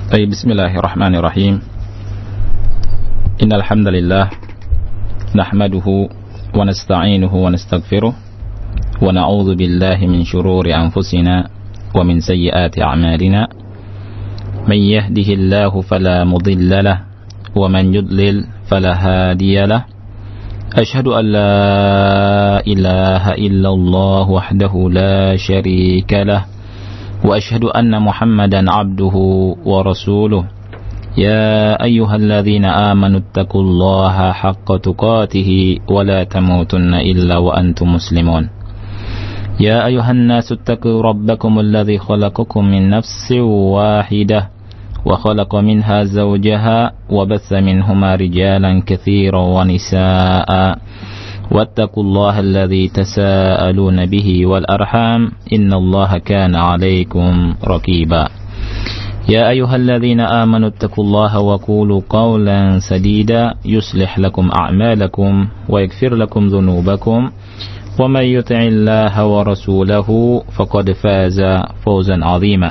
Bismillahirrahmanirrahim. Innal hamdalillah nahmaduhu wa nasta'inuhu wa nastaghfiruh wa na'udzu billahi min shururi anfusina wa min sayyiati a'malina. May yahdihillahu fala mudilla lahu wa man yudlil fala hadiya lahu. Ashhadu an la ilaha illallah wahdahu la syarika lahu wa ashhadu anna Muhammadan abduhu wa rasuluh. Ya ayyuhalladzina amanu ittaqullaha haqqa tuqatih wa la tamutunna illa wa antum muslimun. Ya ayyuhan nasu ittaqu rabbakum alladzi khalaqakum min nafsin wahidah wa khalaqa minha zawjaha wa batha minhuma rijalan katsiran wa nisaa'a. واتقوا الله الذي تساءلون به والأرحام إن الله كان عليكم رقيبا. يا أيها الذين آمنوا اتقوا الله وقولوا قولا سديدا يصلح لكم أعمالكم ويغفر لكم ذنوبكم ومن يطع الله ورسوله فقد فاز فوزا عظيما.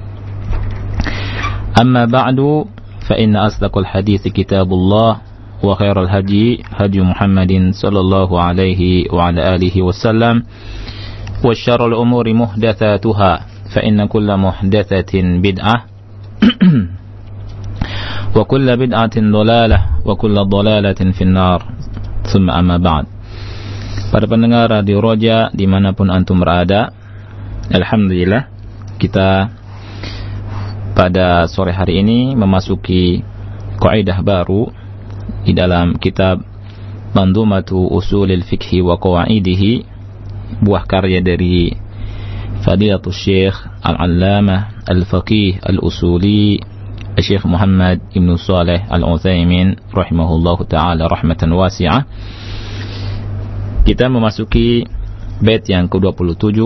أما بعد فإن أصدق الحديث كتاب الله وخير الهدي هدي محمد صلى الله عليه وعلى آله وسلم وشر الأمور محدثاتها فإن كل محدثة بدعة وكل بدعة ضلالة وكل ضلالة في النار ثم أما بعد. Para pendengar Radio Roja dimanapun antum berada, alhamdulillah kita pada sore hari ini memasuki kaidah baru di dalam kitab Mandhumatu Ushulil Fiqhi wa Qawaidihi, buah karya dari Fadilatul Syekh Al-Allamah Al-Faqih Al-Usuli Syekh Muhammad Ibn Shalih Al-Utsaimin rahimahullahu ta'ala rahmatan wasi'ah. Kita memasuki bait yang ke-27,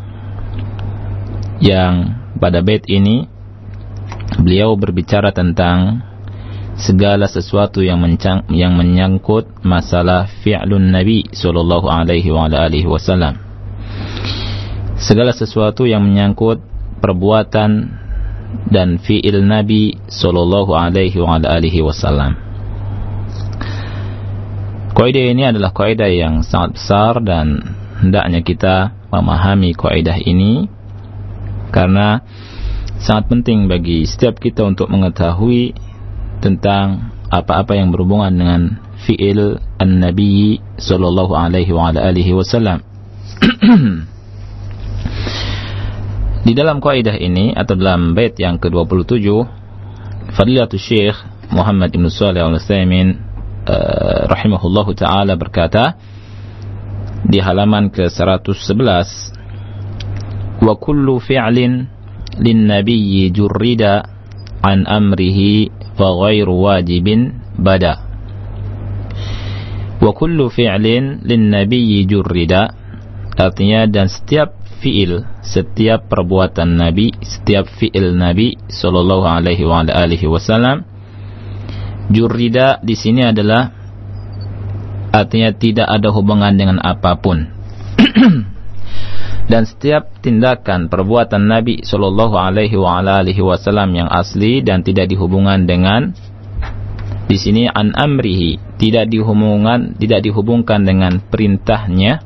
yang pada bait ini beliau berbicara tentang segala sesuatu yang menyangkut masalah fi'lun Nabi sallallahu alaihi wa alihi wasallam. Segala sesuatu yang menyangkut perbuatan dan fi'il Nabi sallallahu alaihi wa alihi wasallam. Kaidah ini adalah kaidah yang sangat besar dan hendaknya kita memahami kaidah ini karena sangat penting bagi setiap kita untuk mengetahui tentang apa-apa yang berhubungan dengan fi'il an-nabi sallallahu alaihi wa alihi wasallam. Di dalam kaidah ini atau dalam bait yang ke-27, Fadilatul Syekh Muhammad Ibn Shalih Al-Utsaimin rahimahullahu taala berkata di halaman ke-111, wa kullu fi'lin lin-nabiyyi jurrida an amrihi fa ghairu wajibin bada. Wa kullu fi'lin lin-nabiyyi jurrida, artinya dan setiap fi'il, setiap perbuatan Nabi, setiap fi'il Nabi sallallahu alaihi wa alihi wasallam. Jurrida di sini adalah artinya tidak ada hubungan dengan apapun. Dan setiap tindakan perbuatan Nabi sallallahu alaihi wa alihi wasallam yang asli dan tidak dihubungkan dengan, di sini an amrihi, tidak dihubungkan dengan perintahnya,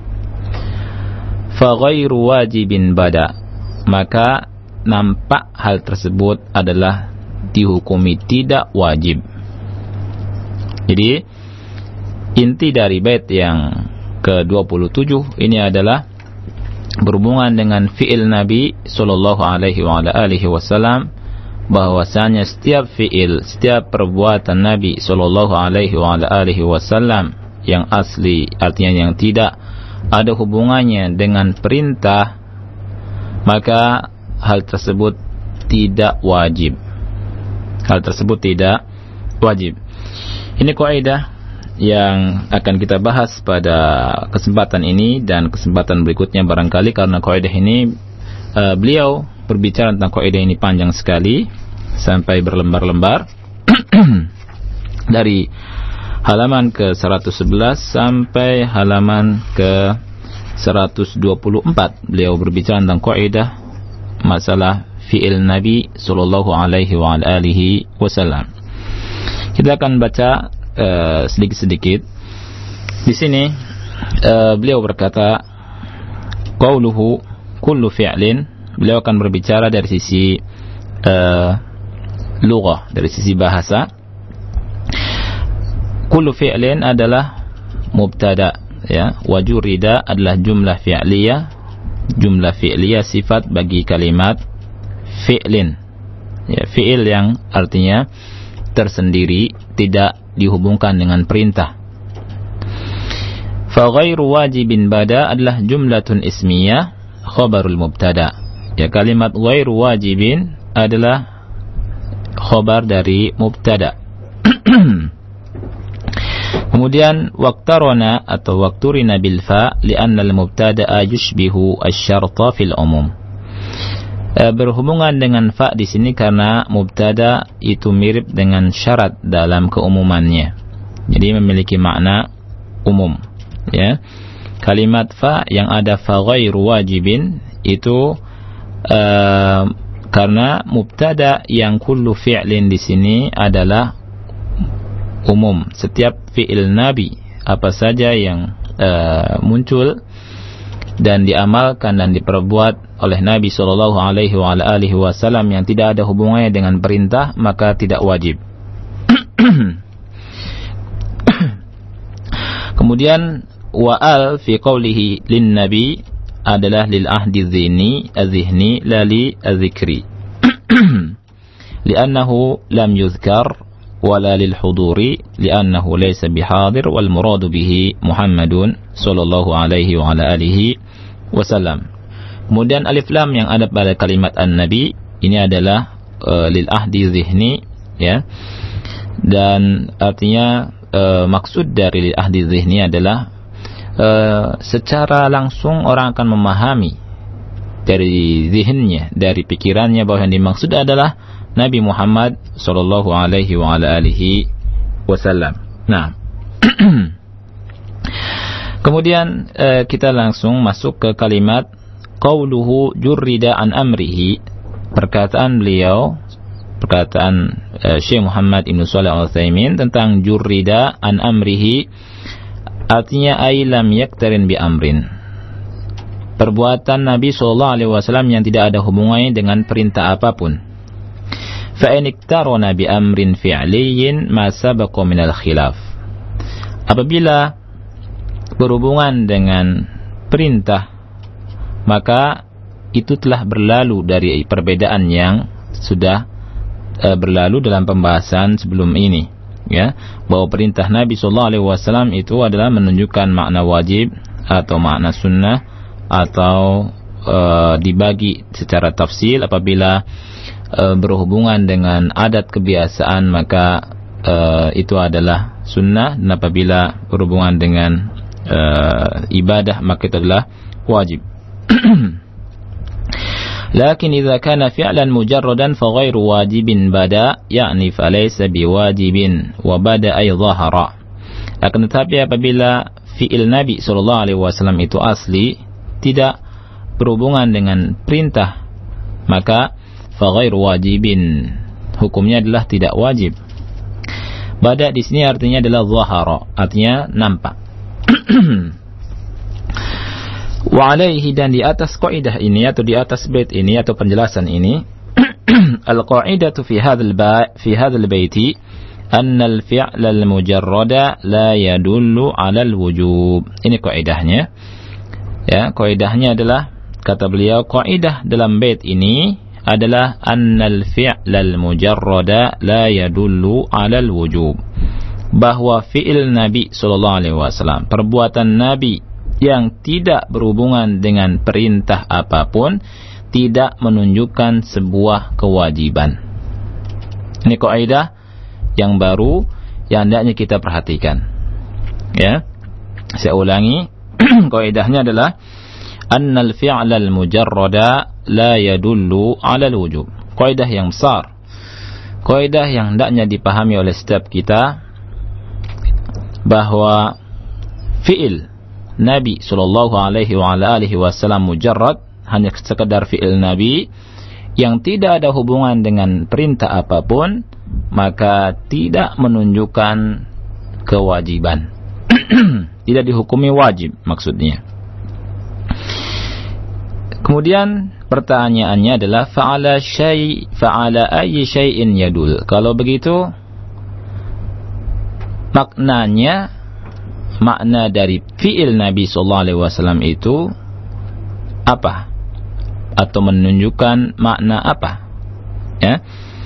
fa ghairu wajibin bada, maka nampak hal tersebut adalah dihukumi tidak wajib. Jadi inti dari bait yang ke-27 ini adalah berhubungan dengan fi'il Nabi sallallahu alaihi wa alihi wasallam, bahwasanya setiap fi'il, setiap perbuatan Nabi sallallahu alaihi wa alihi wasallam yang asli, artinya yang tidak ada hubungannya dengan perintah, maka hal tersebut tidak wajib. Hal tersebut tidak wajib. Ini kaidah yang akan kita bahas pada kesempatan ini dan kesempatan berikutnya barangkali, karena kaidah ini beliau berbicara tentang kaidah ini panjang sekali sampai berlembar-lembar dari halaman ke-111 sampai halaman ke-124 beliau berbicara tentang kaidah masalah fi'il Nabi sallallahu alaihi wa alihi wasallam. Kita akan baca sedikit-sedikit. Di sini beliau berkata qauluhu kullu fi'lin, beliau akan berbicara dari sisi lughah, dari sisi bahasa. Kullu fi'lin adalah mubtada, ya. Wa jurida adalah jumlah fi'liyah. Jumlah fi'liyah sifat bagi kalimat fi'lin, ya, fi'il yang artinya tersendiri, tidak dihubungkan dengan perintah. Fa ghairu wajibin bada adalah jumlatun ismiyah khabarul mubtada, ya, kalimat ghairu wajibin adalah khabar dari mubtada. Kemudian waqtarana atau waqturina bil fa li'anna al-mubtada'a yushbihu asy-syarta fil umum. Berhubungan dengan fa di sini karena mubtada itu mirip dengan syarat dalam keumumannya. Jadi memiliki makna umum, ya. Kalimat fa yang ada fa ghairu wajibin itu karena mubtada yang kullu fi'lin di sini adalah umum. Setiap fi'il Nabi apa saja yang muncul dan diamalkan dan diperbuat oleh Nabi sallallahu alaihi wa alihi wasallam yang tidak ada hubungannya dengan perintah, maka tidak wajib. Kemudian wa'al fi qawlihi lin nabi adalah lil ahdi dzihni la li adzikri. Li'annahu lam yuzkar wala lil huduri li'annahu laysa bihadir wal muradu bihi Muhammadun sallallahu alaihi wa alihi wasallam. Kemudian alif lam yang ada pada kalimat an-nabi ini adalah lil ahdi dzihni, ya. Dan artinya maksud dari lil ahdi dzihni adalah secara langsung orang akan memahami dari zihinnya, dari pikirannya bahwa yang dimaksud adalah Nabi Muhammad sallallahu alaihi wa alihi wasallam. Nah, kemudian kita langsung masuk ke kalimat qauluhu jurrida an amrihi. Perkataan beliau, perkataan Syekh Muhammad Ibn Shalih Al-Utsaimin tentang jurrida an amrihi, artinya ay lam yaktarin bi amrin. Perbuatan Nabi sallallahu alaihi wasallam yang tidak ada hubungannya dengan perintah apapun. Fa in iktarana bi amrin fi'liyin ma sabaqa min al-khilaf. Apabila berhubungan dengan perintah, maka itu telah berlalu dari perbedaan yang sudah berlalu dalam pembahasan sebelum ini, ya, bahwa perintah Nabi sallallahu alaihi wasallam itu adalah menunjukkan makna wajib atau makna sunnah atau dibagi secara tafsil. Apabila berhubungan dengan adat kebiasaan maka itu adalah sunnah, dan apabila berhubungan dengan ibadah maka itu adalah wajib. Lakin idza kana fi'lan mujarradan fa ghairu wajibin bada, yakni fa laysa biwajibin wa bada ay dhahara. Akan tetapi apabila fi'il Nabi sallallahu alaihi wasallam itu asli, tidak berhubungan dengan perintah, maka fa ghairu wajibin, hukumnya adalah tidak wajib. Bada di sini artinya adalah dhahara, artinya nampak. Wa alaihi, dan di atas kaidah ini atau di atas bait ini atau penjelasan ini, al-qaidatu fi hadzal baiti anna al-fi'la al-mujarrada la yadullu 'ala al-wujub. Ini kaidahnya. Ya, kaidahnya adalah, kata beliau, kaidah dalam bait ini adalah anna al-fi'la al-mujarrada la yadullu 'ala al-wujub. Bahwa fi'il Nabi sallallahu alaihi wasallam, perbuatan Nabi yang tidak berhubungan dengan perintah apapun, tidak menunjukkan sebuah kewajiban. Ini kaidah yang baru yang hendaknya kita perhatikan. Ya, saya ulangi, kaidahnya adalah annal fi'lal mujarrada la yadullu 'ala al-wujub. Kaidah yang besar, kaidah yang hendaknya dipahami oleh setiap kita, bahwa fi'il Nabi sallallahu alaihi wa alihi wasallam mujarrad, hanya sekedar fi'il Nabi, yang tidak ada hubungan dengan perintah apapun, maka tidak menunjukkan kewajiban. Tidak dihukumi wajib maksudnya. Kemudian pertanyaannya adalah fa'ala ayyi syai'in yadul. Kalau begitu makna dari fi'il Nabi sallallahu alaihi wasallam itu apa? Atau menunjukkan makna apa? Ya.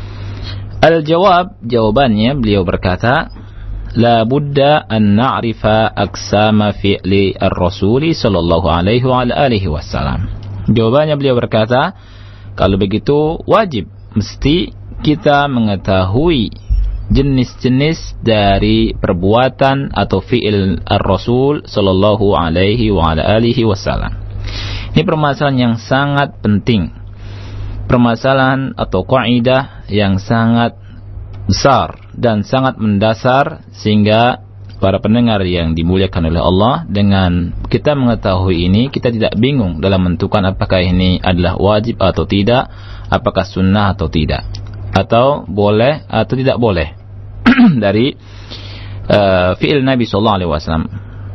Jawabannya beliau berkata, la budda an na'rifa aqsama fi'li ar-rasul sallallahu alaihi wa alihi wasallam. Jawabannya beliau berkata, kalau begitu wajib mesti kita mengetahui jenis-jenis dari perbuatan atau fi'il ar-rasul sallallahu alaihi wa alihi wasallam. Ini permasalahan yang sangat penting. Permasalahan atau kaidah yang sangat besar dan sangat mendasar, sehingga para pendengar yang dimuliakan oleh Allah, dengan kita mengetahui ini, kita tidak bingung dalam menentukan apakah ini adalah wajib atau tidak, apakah sunnah atau tidak, atau boleh atau tidak boleh dari fi'il Nabi sallallahu alaihi wasallam.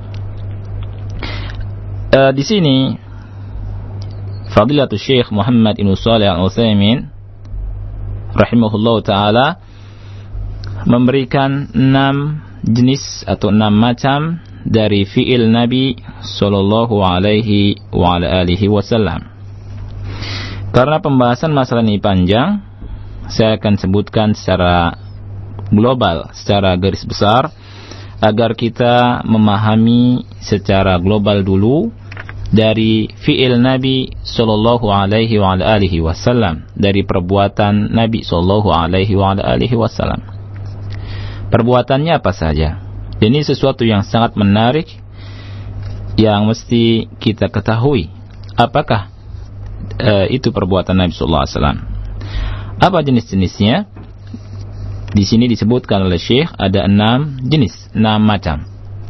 Di sini Fadilatul Syekh Muhammad Ibn Shalih Al-Utsaimin rahimahullah ta'ala memberikan 6 jenis atau 6 macam dari fi'il Nabi sallallahu alaihi wa alihi wasallam. Karena pembahasan masalah ini panjang, saya akan sebutkan secara global, secara garis besar, agar kita memahami secara global dulu dari fi'il Nabi sallallahu alaihi wa alihi wasallam, dari perbuatan Nabi sallallahu alaihi wa alihi wasallam. Perbuatannya apa saja? Ini sesuatu yang sangat menarik yang mesti kita ketahui. Apakah itu perbuatan Nabi sallallahu alaihi wasallam? Apa jenis-jenisnya? Di sini disebutkan oleh Syekh ada 6 jenis, 6 macam.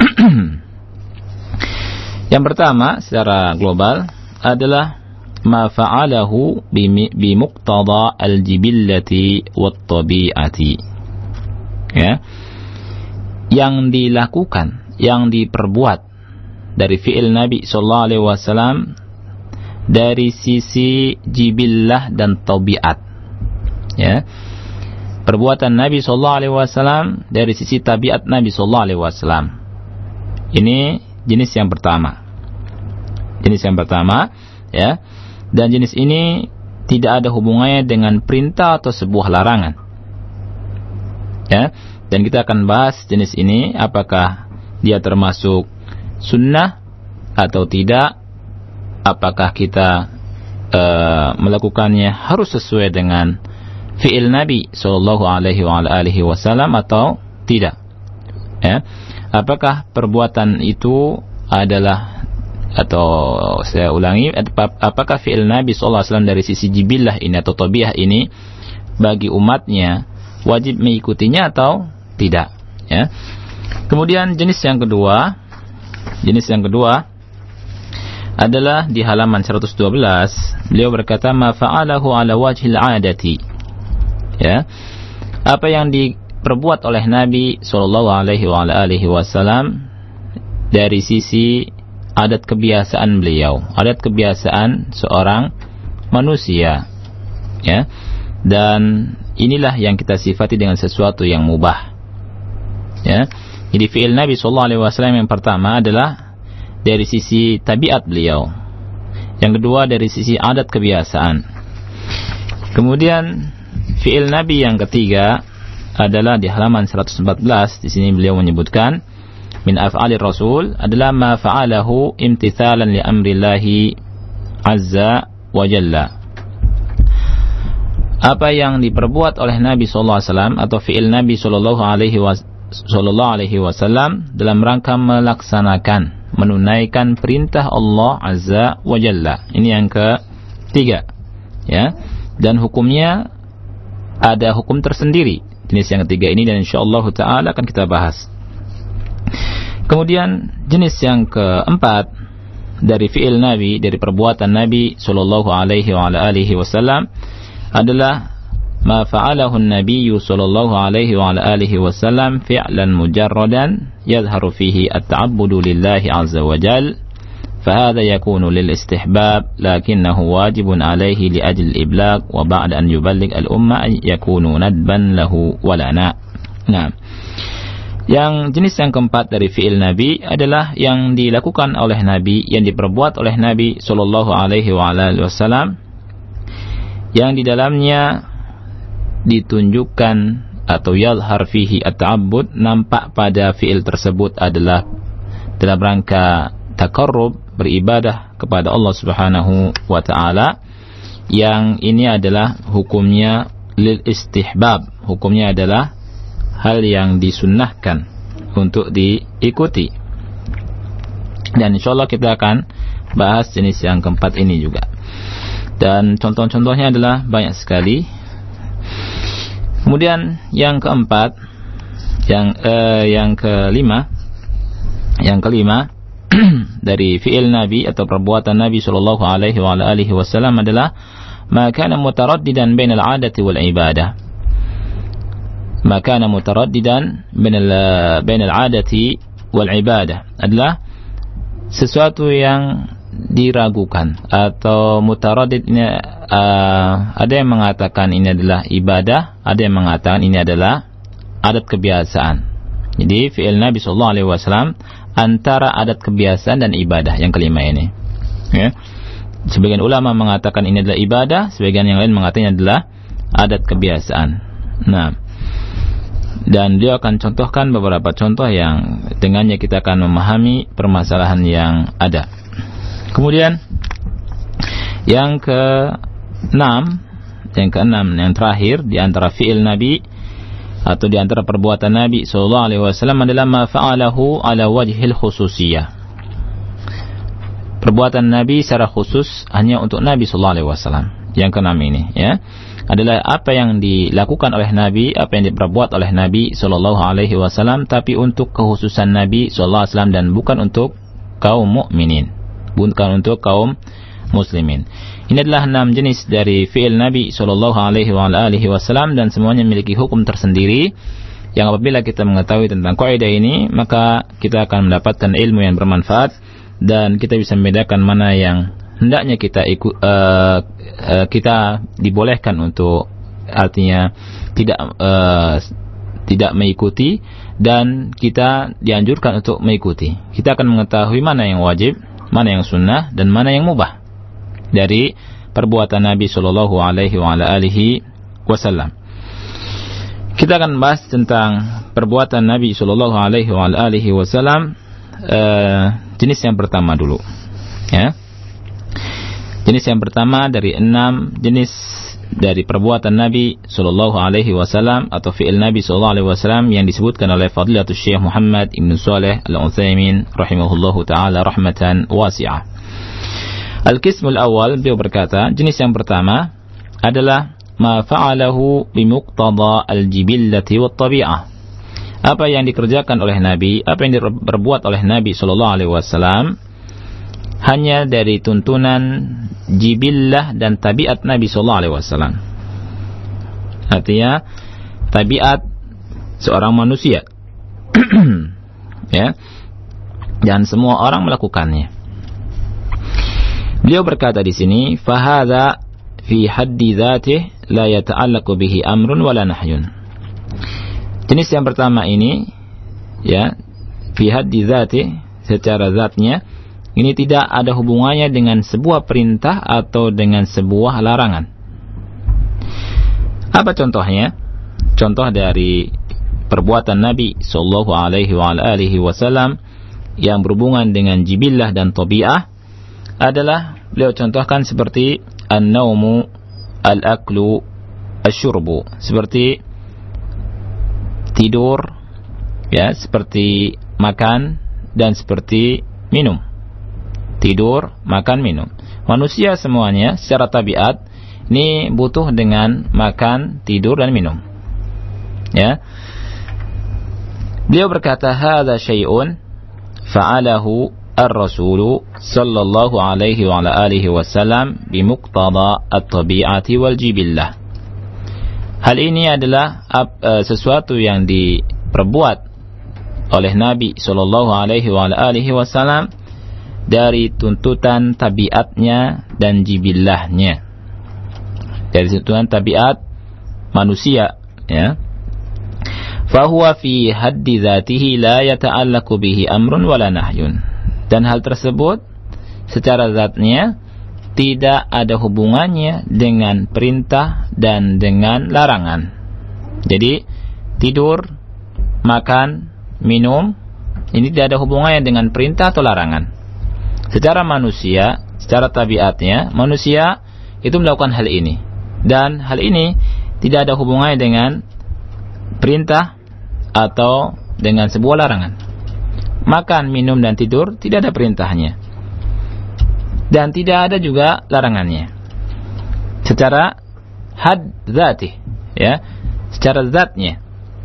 Yang pertama secara global adalah ma fa'alahu bi muqtada al-jibillati wat-tabi'ati. Ya. Yang dilakukan, yang diperbuat dari fi'il Nabi sallallahu alaihi wasallam dari sisi jibillah dan tabiat. Ya. Perbuatan Nabi sallallahu alaihi wasallam dari sisi tabiat Nabi sallallahu alaihi wasallam. Ini jenis yang pertama. Jenis yang pertama, ya. Dan jenis ini tidak ada hubungannya dengan perintah atau sebuah larangan. Ya. Dan kita akan bahas jenis ini, apakah dia termasuk sunnah atau tidak, apakah kita melakukannya harus sesuai dengan fi'il Nabi sallallahu alaihi wa alihi wasallam atau tidak. Ya. Apakah perbuatan itu adalah, atau saya ulangi, apakah fi'il Nabi sallallahu alaihi wasallam dari sisi jibillah ini atau tabiah ini bagi umatnya wajib mengikutinya atau tidak, ya. Kemudian jenis yang kedua adalah di halaman 112, beliau berkata ma fa'alahu ala wajhil 'adati. Ya. Apa yang diperbuat oleh Nabi sallallahu alaihi wa alihi wasallam dari sisi adat kebiasaan beliau, adat kebiasaan seorang manusia, ya. Dan inilah yang kita sifati dengan sesuatu yang mubah, ya. Jadi fi'il Nabi sallallahu alaihi wasallam yang pertama adalah dari sisi tabiat beliau, yang kedua dari sisi adat kebiasaan. Kemudian fi'il Nabi yang ketiga adalah di halaman 114. Di sini beliau menyebutkan min af'alir rasul adalah ma fa'alahu imtithalan li amrillahi azza wa jalla. Apa yang diperbuat oleh Nabi sallallahu alaihi wasallam atau fi'il Nabi sallallahu alaihi wasallam dalam rangka melaksanakan, menunaikan perintah Allah azza wa jalla. Ini yang ketiga, ya. Dan hukumnya ada hukum tersendiri jenis yang ketiga ini, dan insyaallah taala akan kita bahas. Kemudian jenis yang keempat dari fi'il Nabi, dari perbuatan Nabi sallallahu alaihi wa alihi wasallam, adalah ma fa'alahu an-nabiy sallallahu alaihi wa ala alihi wasallam fi'lan mujarradan yadhharu fihi at-ta'abbudu lillahi azza wa jalla, فهذا يكون للاستحباب لكنه واجب عليه لأجل الإبلاغ وبعد أن يبلغ الأمة يكون ندبا له ولنا. Nah, yang jenis yang keempat dari fi'il Nabi adalah yang dilakukan oleh Nabi, yang diperbuat oleh Nabi sallallahu alaihi wasallam, yang di dalamnya ditunjukkan atau yadhhar fihi at-ta'abbud, nampak pada fi'il tersebut adalah dalam rangka taqarrub, beribadah kepada Allah Subhanahu wa taala, yang ini adalah hukumnya lil istihbab, hukumnya adalah hal yang disunnahkan untuk diikuti. Dan insyaallah kita akan bahas jenis yang keempat ini juga. Dan contoh-contohnya adalah banyak sekali. Kemudian yang keempat, yang kelima dari fi'il Nabi atau perbuatan Nabi sallallahu alaihi wa alihi wasallam adalah ma kana mutaraddidan bainal 'adati wal ibadah. Ma kana mutaraddidan bainal 'adati wal ibadah adalah sesuatu yang diragukan atau mutaraddid ini, ada yang mengatakan ini adalah ibadah, ada yang mengatakan ini adalah adat kebiasaan. Jadi fi'il Nabi sallallahu alaihi wasallam antara adat kebiasaan dan ibadah, yang kelima ini. Ya. Sebagian ulama mengatakan ini adalah ibadah, sebagian yang lain mengatakan ini adalah adat kebiasaan. Nah, dan dia akan contohkan beberapa contoh yang dengannya kita akan memahami permasalahan yang ada. Kemudian yang keenam, yang terakhir di antara fi'il Nabi atau di antara perbuatan Nabi sallallahu alaihi wasallam adalah ma fa'alahu ala wajhil khususiyah. Perbuatan Nabi secara khusus hanya untuk Nabi sallallahu alaihi wasallam. Yang keenam ini, ya, adalah apa yang dilakukan oleh Nabi, apa yang diperbuat oleh Nabi sallallahu alaihi wasallam, tapi untuk kekhususan Nabi sallallahu alaihi wasallam dan bukan untuk kaum mukminin, bukan untuk kaum muslimin. Ini adalah 6 jenis dari fi'il Nabi sallallahu alaihi wasallam, dan semuanya memiliki hukum tersendiri yang apabila kita mengetahui tentang kaidah ini, maka kita akan mendapatkan ilmu yang bermanfaat dan kita bisa membedakan mana yang hendaknya kita dibolehkan untuk, artinya tidak mengikuti, dan kita dianjurkan untuk mengikuti. Kita akan mengetahui mana yang wajib, mana yang sunnah, dan mana yang mubah dari perbuatan Nabi sallallahu alaihi wasallam. Kita akan bahas tentang perbuatan Nabi sallallahu alaihi wasallam, jenis yang pertama dulu, ya. Jenis yang pertama dari 6 jenis dari perbuatan Nabi sallallahu alaihi wasallam atau fi'il Nabi sallallahu alaihi wasallam yang disebutkan oleh Fadilatul Syekh Muhammad Ibn Shalih Al-Utsaimin rahimahullahu taala rahmatan wasi'ah. Al-qismul awal, beliau berkata, jenis yang pertama adalah ma fa'alahu bimuqtada al-jibillati wat tabi'ah. Apa yang dikerjakan oleh Nabi, apa yang diperbuat oleh Nabi sallallahu alaihi wasallam hanya dari tuntunan jibillah dan tabiat Nabi sallallahu alaihi wasallam. Artinya tabiat seorang manusia. Ya. Dan semua orang melakukannya. Beliau berkata di sini, fahadha fi haddi dzatihi la yata'allaqu bihi amrun wala nahyun. Jenis yang pertama ini, ya, fi haddi dzatihi, secara zatnya, ini tidak ada hubungannya dengan sebuah perintah atau dengan sebuah larangan. Apa contohnya? Contoh dari perbuatan Nabi sallallahu alaihi wasallam yang berhubungan dengan jibillah dan tabi'ah adalah beliau contohkan seperti an-naumu, al-aklu, asyurbu, seperti tidur, ya, seperti makan dan seperti minum. Tidur, makan, minum. Manusia semuanya secara tabiat ini butuh dengan makan, tidur dan minum. Ya. Beliau berkata, hadza syai'un fa'alahu ar-rasulu sallallahu alaihi wa ala alihi wasallam bimuqtada at-tabi'ati wal jibillah. Hal ini adalah sesuatu yang diperbuat oleh Nabi sallallahu alaihi wasallam dari tuntutan tabiatnya dan jibillahnya. Dari tuntutan tabiat manusia, ya. Fahuwa fi haddi dzatihi la yata'allaqu bihi amrun wala nahyun. Dan hal tersebut secara zatnya tidak ada hubungannya dengan perintah dan dengan larangan. Jadi tidur, makan, minum ini tidak ada hubungannya dengan perintah atau larangan. Secara manusia, secara tabiatnya manusia itu melakukan hal ini, dan hal ini tidak ada hubungannya dengan perintah atau dengan sebuah larangan. Makan, minum dan tidur tidak ada perintahnya dan tidak ada juga larangannya secara had dzati, ya, secara zatnya.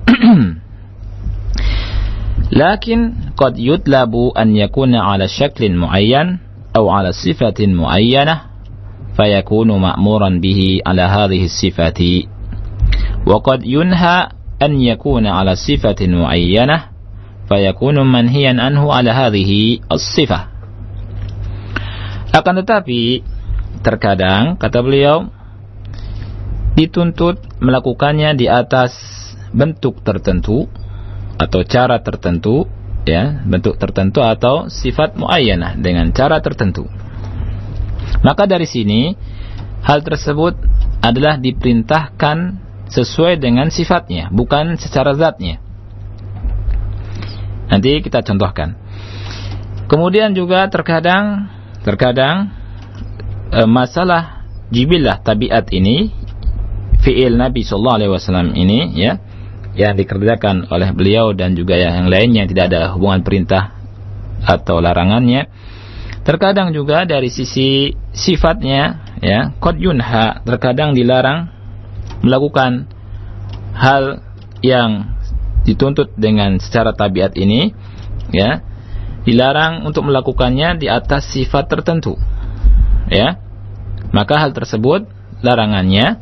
Lakin qad yutlabu an yakuna ala syaklin muayyan atau ala sifatin muayyanah fayakunu ma'muran bihi ala hadhihi sifati wa qad yunha an yakuna ala sifatin muayyanah fayakunu manhiyan anhu ala hadhihi as-sifah. Akan tetapi terkadang, kata beliau, dituntut melakukannya di atas bentuk tertentu atau cara tertentu, ya, bentuk tertentu atau sifat muayyanah dengan cara tertentu. Maka dari sini hal tersebut adalah diperintahkan sesuai dengan sifatnya, bukan secara zatnya. Nanti kita contohkan. Kemudian juga terkadang masalah jibillah tabiat ini, fi'il Nabi sallallahu alaihi wasallam ini, ya, yang dikerjakan oleh beliau dan juga yang lainnya yang tidak ada hubungan perintah atau larangannya, terkadang juga dari sisi sifatnya, ya, qad yunha, terkadang dilarang melakukan hal yang dituntut dengan secara tabiat ini, ya, dilarang untuk melakukannya di atas sifat tertentu, ya. Maka hal tersebut larangannya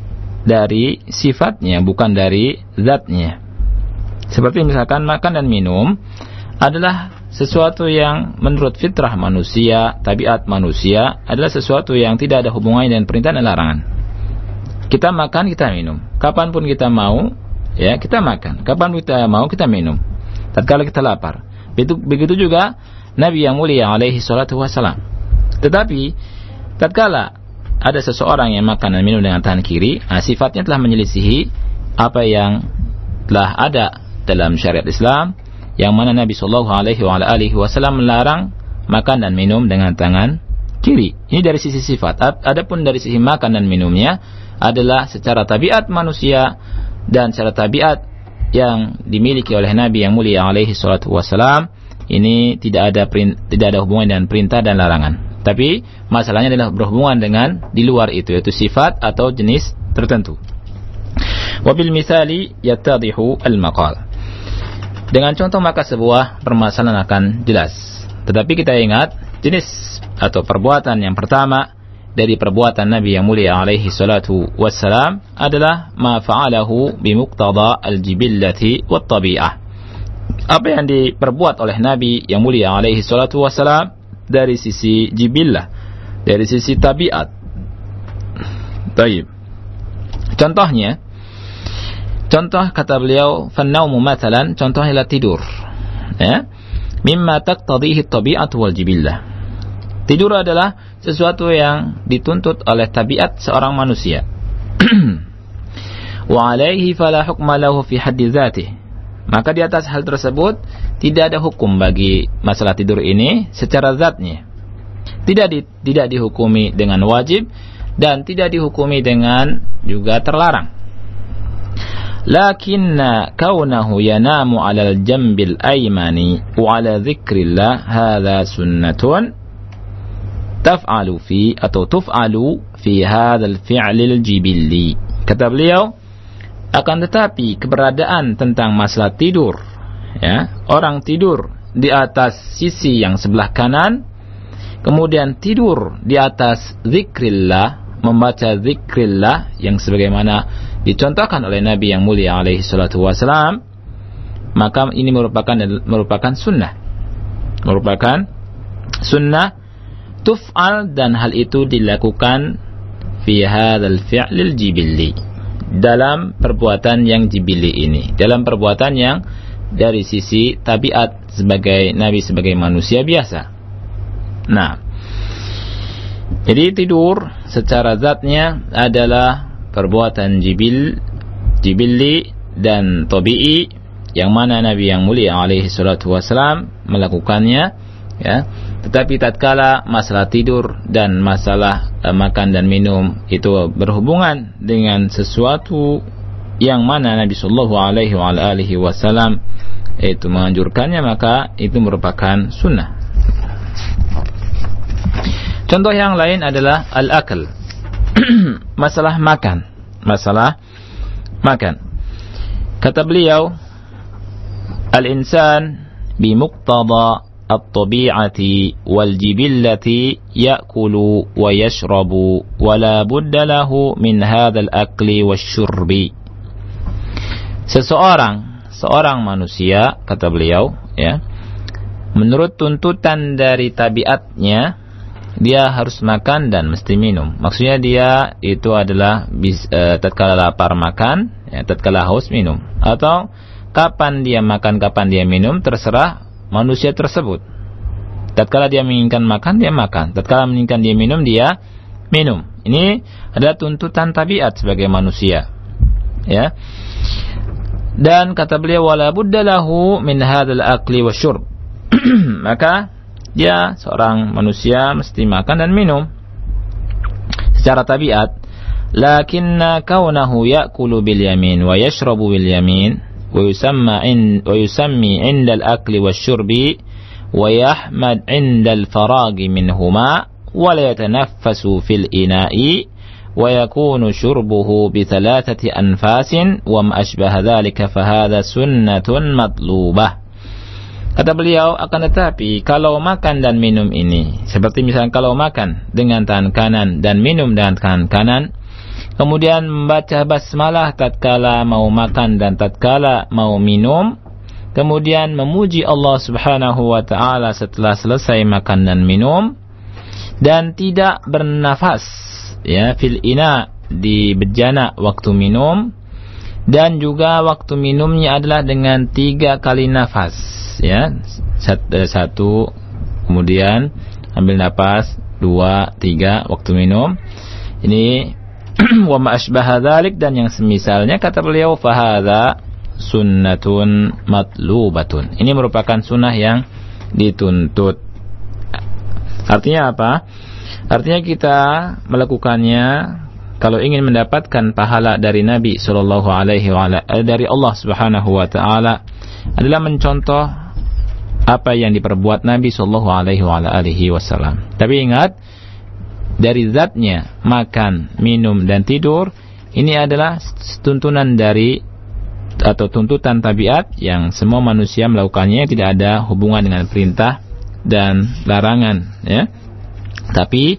dari sifatnya, bukan dari zatnya. Seperti misalkan makan dan minum adalah sesuatu yang menurut fitrah manusia, tabiat manusia, adalah sesuatu yang tidak ada hubungannya dengan perintah dan larangan. Kita makan, kita minum. Kapanpun kita mau, ya, kita makan. Kapanpun kita mau, kita minum. Tatkala kita lapar. Begitu juga Nabi yang mulia alaihi salatu wassalam. Tetapi tatkala ada seseorang yang makan dan minum dengan tangan kiri, sifatnya telah menyelisihi apa yang telah ada dalam syariat Islam, yang mana Nabi sallallahu alaihi wasallam melarang makan dan minum dengan tangan kiri. Ini dari sisi sifat. Adapun dari sisi makan dan minumnya adalah secara tabiat manusia dan secara tabiat yang dimiliki oleh Nabi yang mulia alaihi salatu wassalam. Ini tidak ada hubungan dengan perintah dan larangan. Tapi masalahnya adalah berhubungan dengan di luar itu, yaitu sifat atau jenis tertentu. Wabil misali yattadihu al-maqal. Dengan contoh maka sebuah permasalahan akan jelas. Tetapi kita ingat jenis atau perbuatan yang pertama dari perbuatan Nabi yang mulia alaihi salatu wassalam adalah ma fa'alahu bimuqtada al-jibillati wat tabi'ah. Apa yang diperbuat oleh Nabi yang mulia alaihi salatu wassalam dari sisi jibillah, dari sisi tabiat. Baik. Contohnya, contoh kata beliau, fannaumu mathalan, contohnya adalah tidur, ya, mimma taqtadihi at-tabi'atu wal jibillah. Tidur adalah sesuatu yang dituntut oleh tabiat seorang manusia. Wa alaihi fala hukma lahu fi haddi dzatihi. Maka di atas hal tersebut tidak ada hukum bagi masalah tidur ini secara zatnya. Tidak dihukumi dengan wajib dan tidak dihukumi dengan juga terlarang. Lakinna kaunahu yanamu 'ala al-jambil aymani wa 'ala dzikrillah hadza sunnatun taf'alu fi hadzal fi'l al-jibilli. Kata beliau, akan tetapi keberadaan tentang masalah tidur, ya, orang tidur di atas sisi yang sebelah kanan, kemudian tidur di atas zikrillah, membaca zikrillah yang sebagaimana dicontohkan oleh Nabi yang mulia alaihi salatu wasalam, maka ini merupakan sunnah. Merupakan sunnah tuf'al, dan hal itu dilakukan fi hadzal fi'lil jibilli, dalam perbuatan yang jibili ini, dalam perbuatan yang dari sisi tabiat sebagai Nabi, sebagai manusia biasa. Nah, jadi tidur secara zatnya adalah perbuatan jibilli dan tabi'i, yang mana Nabi yang mulia alaihi salatu wasalam melakukannya, ya. Tetapi tatkala masalah tidur dan masalah makan dan minum itu berhubungan dengan sesuatu yang mana Nabi sallallahu alaihi wasallam itu menganjurkannya, maka itu merupakan sunnah. Contoh yang lain adalah al-akal. Masalah makan. Kata beliau, al-insan bimuqtada at-tabi'ati wal-jibillati ya'kulu wa yashrabu wa la budda lahu min hadzal akli wasyurbi. Seorang manusia, kata beliau, ya, menurut tuntutan dari tabiatnya, dia harus makan dan mesti minum. Maksudnya dia itu adalah tatkala lapar makan, ya, tatkala haus minum, atau kapan dia makan, kapan dia minum, terserah manusia tersebut. Tatkala dia menginginkan makan, dia makan. Tatkala menginginkan dia minum. Ini adalah tuntutan tabiat sebagai manusia, ya. Dan kata beliau, wala budda lahu min hadzal akli wasyurb. Maka dia seorang manusia mesti makan dan minum secara tabiat. Lakinna kaunahu ya'kulu bil yamin wa yashrabu bil yamin wa yusammi 'inda al-akli wasyurbi wa yahmad 'inda al-faragi minhuma wa la yatanaffasu fil ina'i wa yakunu syurbuhu bi thalathati anfasin wa ma ashbaha dhalika fa hadha sunnatun matlubah. Kata beliau, akan tetapi kalau makan dan minum ini, seperti misalnya kalau makan dengan tangan kanan dan minum dengan tangan kanan, kemudian membaca basmalah tatkala mau makan dan tatkala mau minum, kemudian memuji Allah Subhanahu wa taala setelah selesai makan dan minum, dan tidak bernafas, ya, fil ina, di bejana waktu minum, dan juga waktu minumnya adalah dengan 3 kali nafas, ya, 1, kemudian ambil nafas, 2, 3 waktu minum. Ini wa ma asbaha dzalik, dan yang semisalnya, kata beliau, fa hadza sunnatun matlubatun. Ini merupakan sunnah yang dituntut. Artinya apa? Artinya kita melakukannya kalau ingin mendapatkan pahala dari Nabi sallallahu alaihi dari Allah Subhanahu wa taala, adalah mencontoh apa yang diperbuat Nabi sallallahu alaihi wasallam. Tapi ingat, dari zatnya makan, minum dan tidur ini adalah tuntunan dari atau tuntutan tabiat yang semua manusia melakukannya, tidak ada hubungan dengan perintah dan larangan, ya. Tapi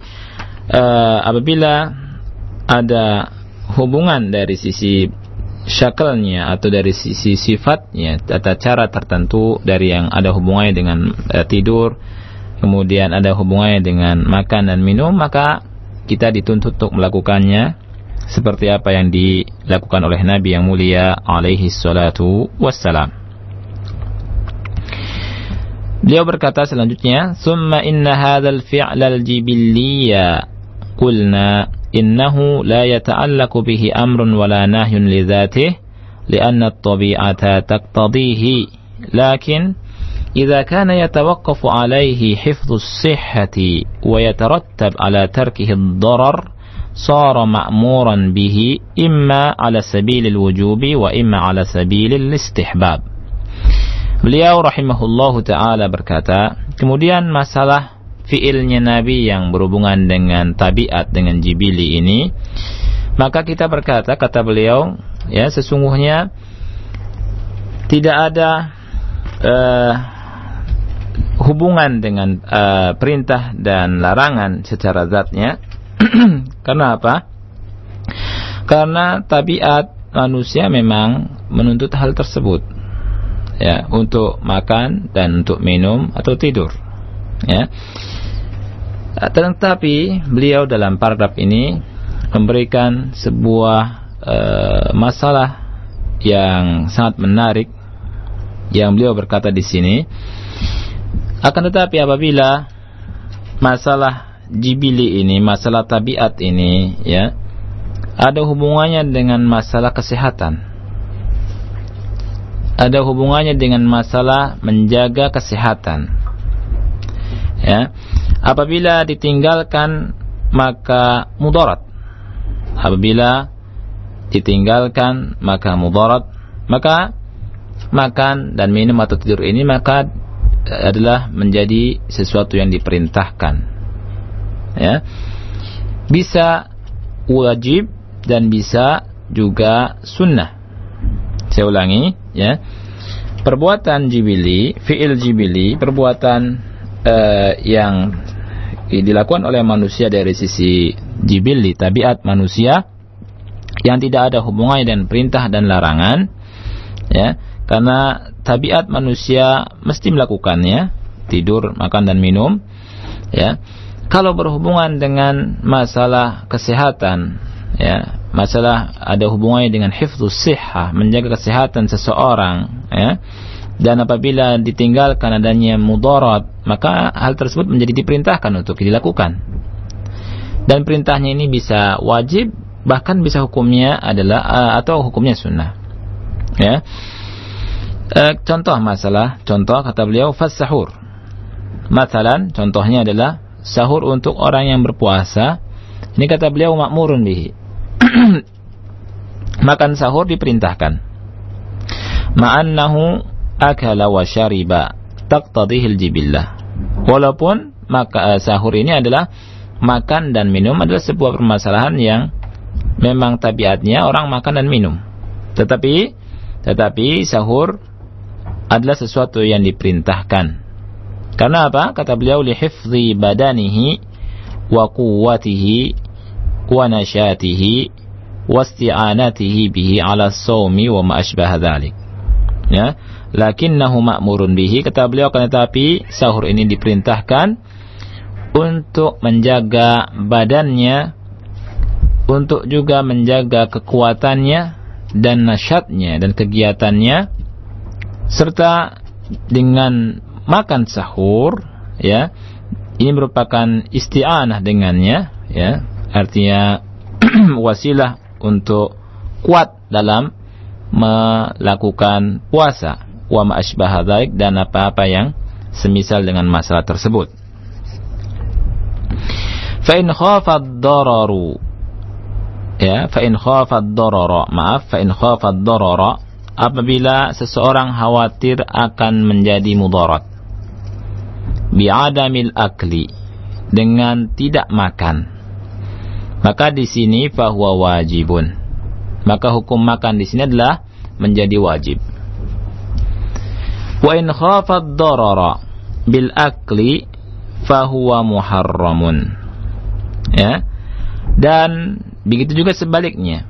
apabila ada hubungan dari sisi syakalnya atau dari sisi sifatnya, tata cara tertentu dari yang ada hubungannya dengan tidur, kemudian ada hubungannya dengan makan dan minum, maka kita dituntut untuk melakukannya seperti apa yang dilakukan oleh Nabi yang mulia alaihi salatu wassalam. Beliau berkata selanjutnya, "Summa inna hadzal fi'lal jibilliya qulna innahu la yata'allaqu bihi amrun wala nahyun li dzatihi li'anna at-tabi'ata taqtadihi, lakin idza kana yatawaqqafu 'alayhi hifdhu as-sihhati wa yatarattab 'ala tarkihi ad-darar sara ma'muran bihi imma 'ala sabilil wujubi wa imma 'ala sabilil istihbab." Beliau rahimahullahu ta'ala berkata, kemudian masalah fi'ilnya Nabi yang berhubungan dengan tabiat, dengan jibili ini, maka kita berkata, kata beliau, ya, sesungguhnya tidak ada hubungan dengan perintah dan larangan secara zatnya. Karena apa? Karena tabiat manusia memang menuntut hal tersebut, ya, untuk makan dan untuk minum atau tidur, ya. Tetapi beliau dalam paragraf ini memberikan sebuah masalah yang sangat menarik yang beliau berkata di sini. Akan tetapi apabila masalah jibili ini, masalah tabiat ini, ya, ada hubungannya dengan masalah kesehatan, ada hubungannya dengan masalah menjaga kesehatan, ya, apabila ditinggalkan maka mudarat, apabila ditinggalkan maka mudarat, maka makan dan minum atau tidur ini maka adalah menjadi sesuatu yang diperintahkan, ya, bisa wajib dan bisa juga sunnah. Saya ulangi, ya, perbuatan jibili, fi'il jibili, perbuatan yang dilakukan oleh manusia dari sisi jibili, tabiat manusia, yang tidak ada hubungannya dengan perintah dan larangan, ya, karena tabiat manusia mesti melakukannya, tidur, makan dan minum, ya. Kalau berhubungan dengan masalah kesehatan, ya, masalah ada hubungannya dengan hifdzus sihhah, menjaga kesehatan seseorang, ya, dan apabila ditinggalkan adanya mudarat, maka hal tersebut menjadi diperintahkan untuk dilakukan. Dan perintahnya ini bisa wajib, bahkan bisa hukumnya adalah atau hukumnya sunnah, ya. Contoh kata beliau fas-sahur. Masalan, contohnya adalah sahur untuk orang yang berpuasa. Ini kata beliau ma'murun bihi. Makan sahur diperintahkan. Ma'annahu akala wa syariba taqtadihil jibillah. Walaupun sahur ini adalah makan dan minum adalah sebuah permasalahan yang memang tabiatnya orang makan dan minum. Tetapi sahur adalah sesuatu yang diperintahkan. Karena apa? Kata beliau, li hifdzi badanihi wa quwwatihi wa nasyatihi wa isti'anatihi bihi 'ala shaumi wa ma asbaha dzalik. Ya, lakinnahu ma'murun bihi, kata beliau, akan tetapi sahur ini diperintahkan untuk menjaga badannya, untuk juga menjaga kekuatannya dan nasyatnya dan kegiatannya, serta dengan makan sahur, ya, ini merupakan isti'anah dengannya, ya, artinya wasilah untuk kuat dalam melakukan puasa, wa ma asbaha dzalik, dan apa-apa yang semisal dengan masalah tersebut. Fa in khafa ad-dararu, ya, fa in khafa ad-darara, apabila seseorang khawatir akan menjadi mudarat, bi'adamil akli, dengan tidak makan, maka di sini fahuwa wajibun, maka hukum makan di sini adalah menjadi wajib. Wa in khafad darara bil akli fahuwa muharramun, ya, dan begitu juga sebaliknya,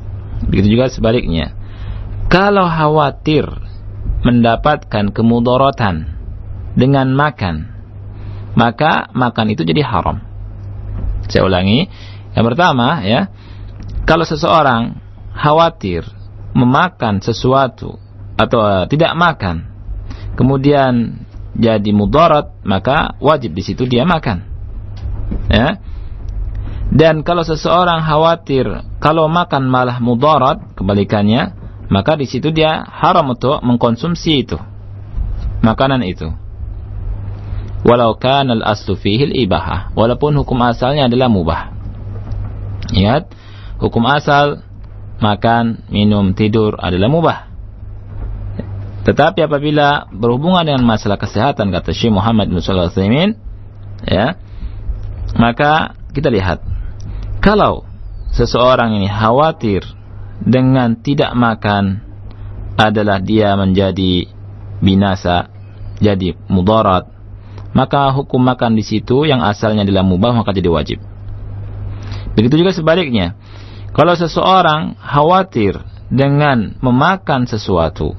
kalau khawatir mendapatkan kemudaratan dengan makan, maka makan itu jadi haram. Saya ulangi. Yang pertama, ya, kalau seseorang khawatir memakan sesuatu atau tidak makan, kemudian jadi mudarat, maka wajib di situ dia makan. Ya. Dan kalau seseorang khawatir kalau makan malah mudarat, kebalikannya, maka di situ dia haram untuk mengkonsumsi itu, makanan itu. Walau kana al-aslu fihi al-ibahah, walaupun hukum asalnya adalah mubah. Ingat, hukum asal makan, minum, tidur adalah mubah. Tetapi apabila berhubungan dengan masalah kesehatan, kata Syekh Muhammad bin Shalih Al-Utsaimin, ya, maka kita lihat, kalau seseorang ini khawatir dengan tidak makan adalah dia menjadi binasa, jadi mudarat, maka hukum makan di situ yang asalnya adalah mubah maka jadi wajib. Begitu juga sebaliknya, kalau seseorang khawatir dengan memakan sesuatu,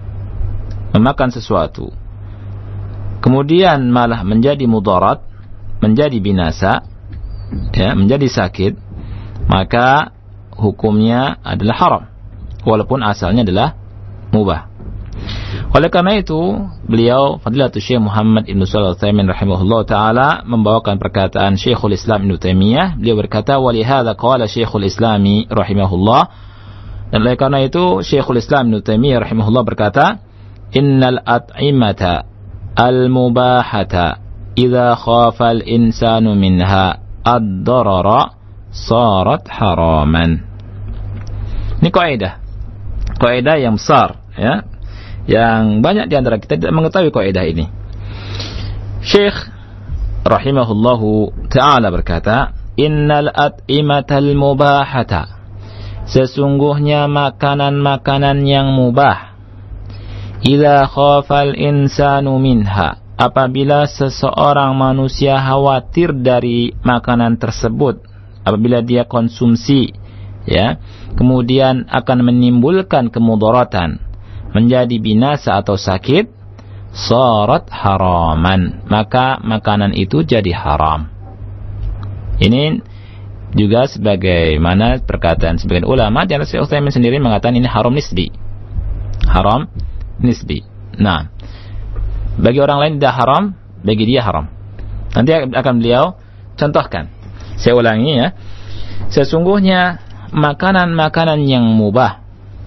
kemudian malah menjadi mudarat, menjadi binasa, ya, menjadi sakit, maka hukumnya adalah haram, walaupun asalnya adalah mubah. Oleh karena itu, beliau Fadilatul Syekh Muhammad Ibn Shalih Al-Utsaimin rahimahullah ta'ala membawakan perkataan Syekhul Islam Ibn Taimiyah. Beliau berkata, walihada qala Syekhul Islami rahimahullah. Dan oleh karena itu, Syekhul Islam Ibn Taimiyah rahimahullah berkata, innal at'imata al-mubahata idza khafa al-insanu minha ad-darara sarat haraman. Ini kaidah yang besar, ya, yang banyak di antara kita tidak mengetahui kaidah ini. Syekh rahimahullahu ta'ala berkata, innal at'imatal mubahata, sesungguhnya makanan-makanan yang mubah, idza khafal insanu minha, apabila seseorang manusia khawatir dari makanan tersebut, apabila dia konsumsi, ya, kemudian akan menimbulkan kemudaratan, menjadi binasa atau sakit, sarat haraman, maka makanan itu jadi haram. Ini juga sebagaimana perkataan sebagian ulama, dan Syekh Utsaimin sendiri mengatakan ini haram nisbi. Haram nisbi. Nah, bagi orang lain tidak haram, bagi dia haram. Nanti akan beliau contohkan. Saya ulangi, ya. Sesungguhnya makanan-makanan yang mubah,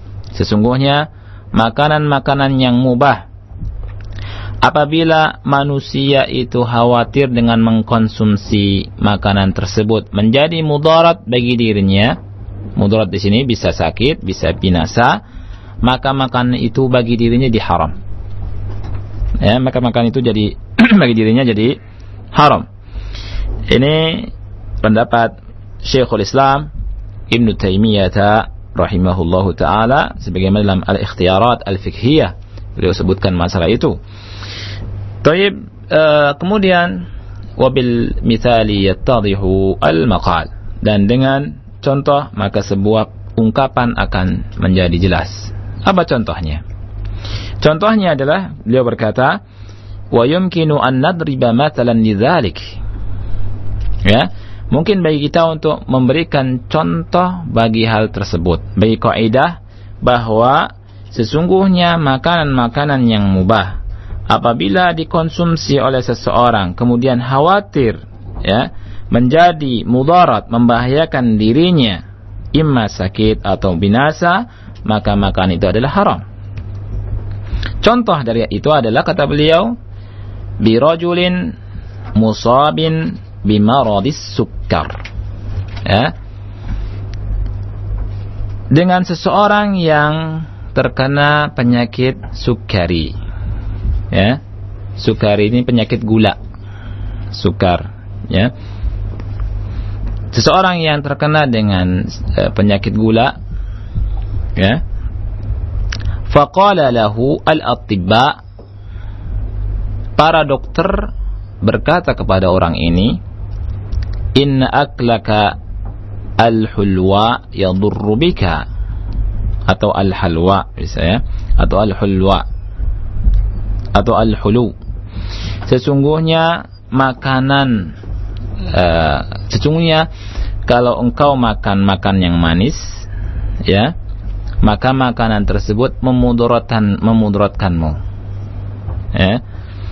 makanan-makanan yang mubah, apabila manusia itu khawatir dengan mengkonsumsi makanan tersebut menjadi mudarat bagi dirinya, mudarat di sini bisa sakit, bisa binasa, maka makanan itu bagi dirinya diharam. Ya, maka makanan itu jadi bagi dirinya jadi haram. Ini pendapat Syekhul Islam Ibn Taimiyah rahimahullahu ta'ala, sebagaimana dalam al-ikhtiyarat al-fiqhiyah beliau sebutkan masalah itu. Taib, kemudian wabil mithali yattadhihu al-maqal, dan dengan contoh maka sebuah ungkapan akan menjadi jelas. Apa contohnya? Contohnya adalah beliau berkata, wa yumkinu an nadriba mathalan lidzalik, ya, mungkin bagi kita untuk memberikan contoh bagi hal tersebut, bagi kaidah bahwa sesungguhnya makanan-makanan yang mubah apabila dikonsumsi oleh seseorang kemudian khawatir, ya, menjadi mudarat, membahayakan dirinya, imma sakit atau binasa, maka makanan itu adalah haram. Contoh dari itu adalah kata beliau, birajulin musabin bimaradis sukkar, ya, dengan seseorang yang terkena penyakit sukari, ya, sukari ini penyakit gula, sukar, ya, seseorang yang terkena dengan penyakit gula, ya, faqala lahu al-atibba, para dokter berkata kepada orang ini, inna aklaka al-hulwa yadurru bika, atau al-halwa misalnya, atau al-hulwa atau al-hulu, sesungguhnya makanan sesungguhnya kalau engkau makan yang manis, ya, maka makanan tersebut memudaratkanmu, ya.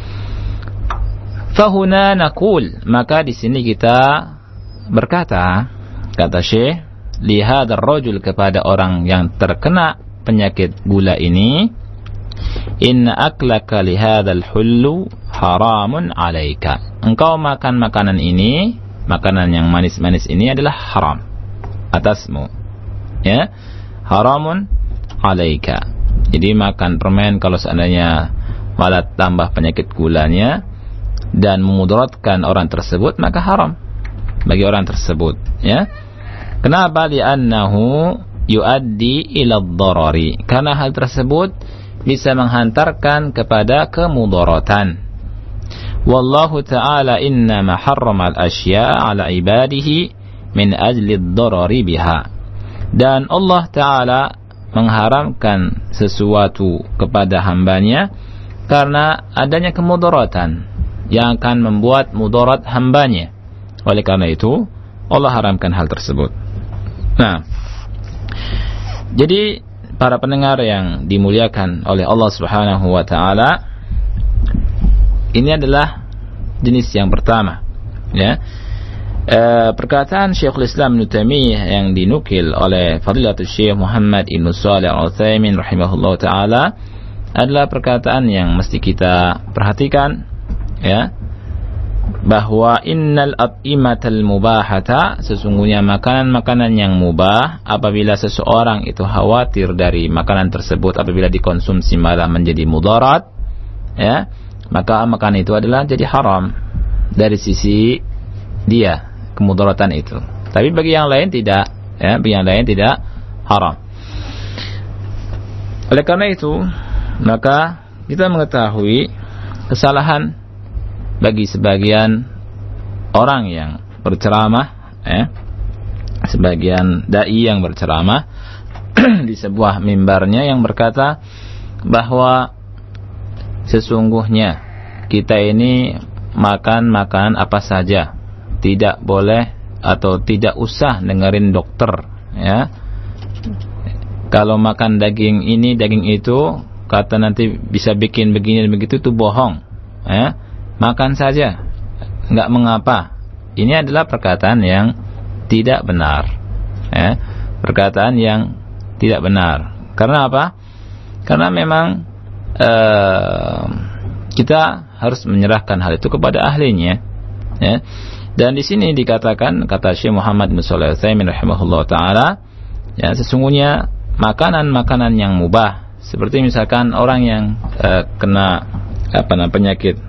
Fahuna naqul, maka di sini kita berkata, kata Syekh, lihadar rajul, kepada orang yang terkena penyakit gula ini, inna aklaka lihadal hullu haramun alaika, engkau makan makanan ini, makanan yang manis-manis ini adalah haram atasmu, ya, haramun alaika. Jadi makan permen kalau seandainya malah tambah penyakit gulanya dan memudaratkan orang tersebut, maka haram bagi orang tersebut, ya. Kenapa? Li'annahu yuaddi ila ad-darari, karena hal tersebut bisa menghantarkan kepada kemudaratan. Wallahu ta'ala innama harrama al-asya' ala ibadihi min ajli ad-darari biha, dan Allah Ta'ala mengharamkan sesuatu kepada hambanya karena adanya kemudaratan yang akan membuat mudarat hambanya. Oleh karena itu Allah haramkan hal tersebut. Nah, jadi para pendengar yang dimuliakan oleh Allah Subhanahu wa taala, ini adalah jenis yang pertama, ya. Perkataan Syekhul Islam Ibnu Taimiyah yang dinukil oleh Fadilatul Syekh Muhammad Ibn Shalih Al-Utsaimin rahimahullah taala adalah perkataan yang mesti kita perhatikan, ya, bahwa innal at'imatal mubahata, sesungguhnya makanan-makanan yang mubah apabila seseorang itu khawatir dari makanan tersebut apabila dikonsumsi malah menjadi mudarat, ya, maka makanan itu adalah jadi haram dari sisi dia kemudaratan itu. Tapi bagi yang lain tidak, ya, bagi yang lain tidak haram. Oleh karena itu, maka kita mengetahui kesalahan bagi sebagian orang yang berceramah, ya, sebagian dai yang berceramah di sebuah mimbarnya yang berkata bahwa sesungguhnya kita ini makan makanan apa saja, tidak boleh atau tidak usah dengerin dokter, ya. Kalau makan daging ini, daging itu, kata nanti bisa bikin begini begitu, itu bohong, ya. Makan saja, nggak mengapa. Ini adalah perkataan yang tidak benar, ya. Perkataan yang tidak benar. Karena apa? Karena memang kita harus menyerahkan hal itu kepada ahlinya, ya. Dan di sini dikatakan, kata Syekh Muhammad bin Shalih Al-Utsaimin rahimahullah taala, ya, sesungguhnya makanan-makanan yang mubah, seperti misalkan orang yang kena penyakit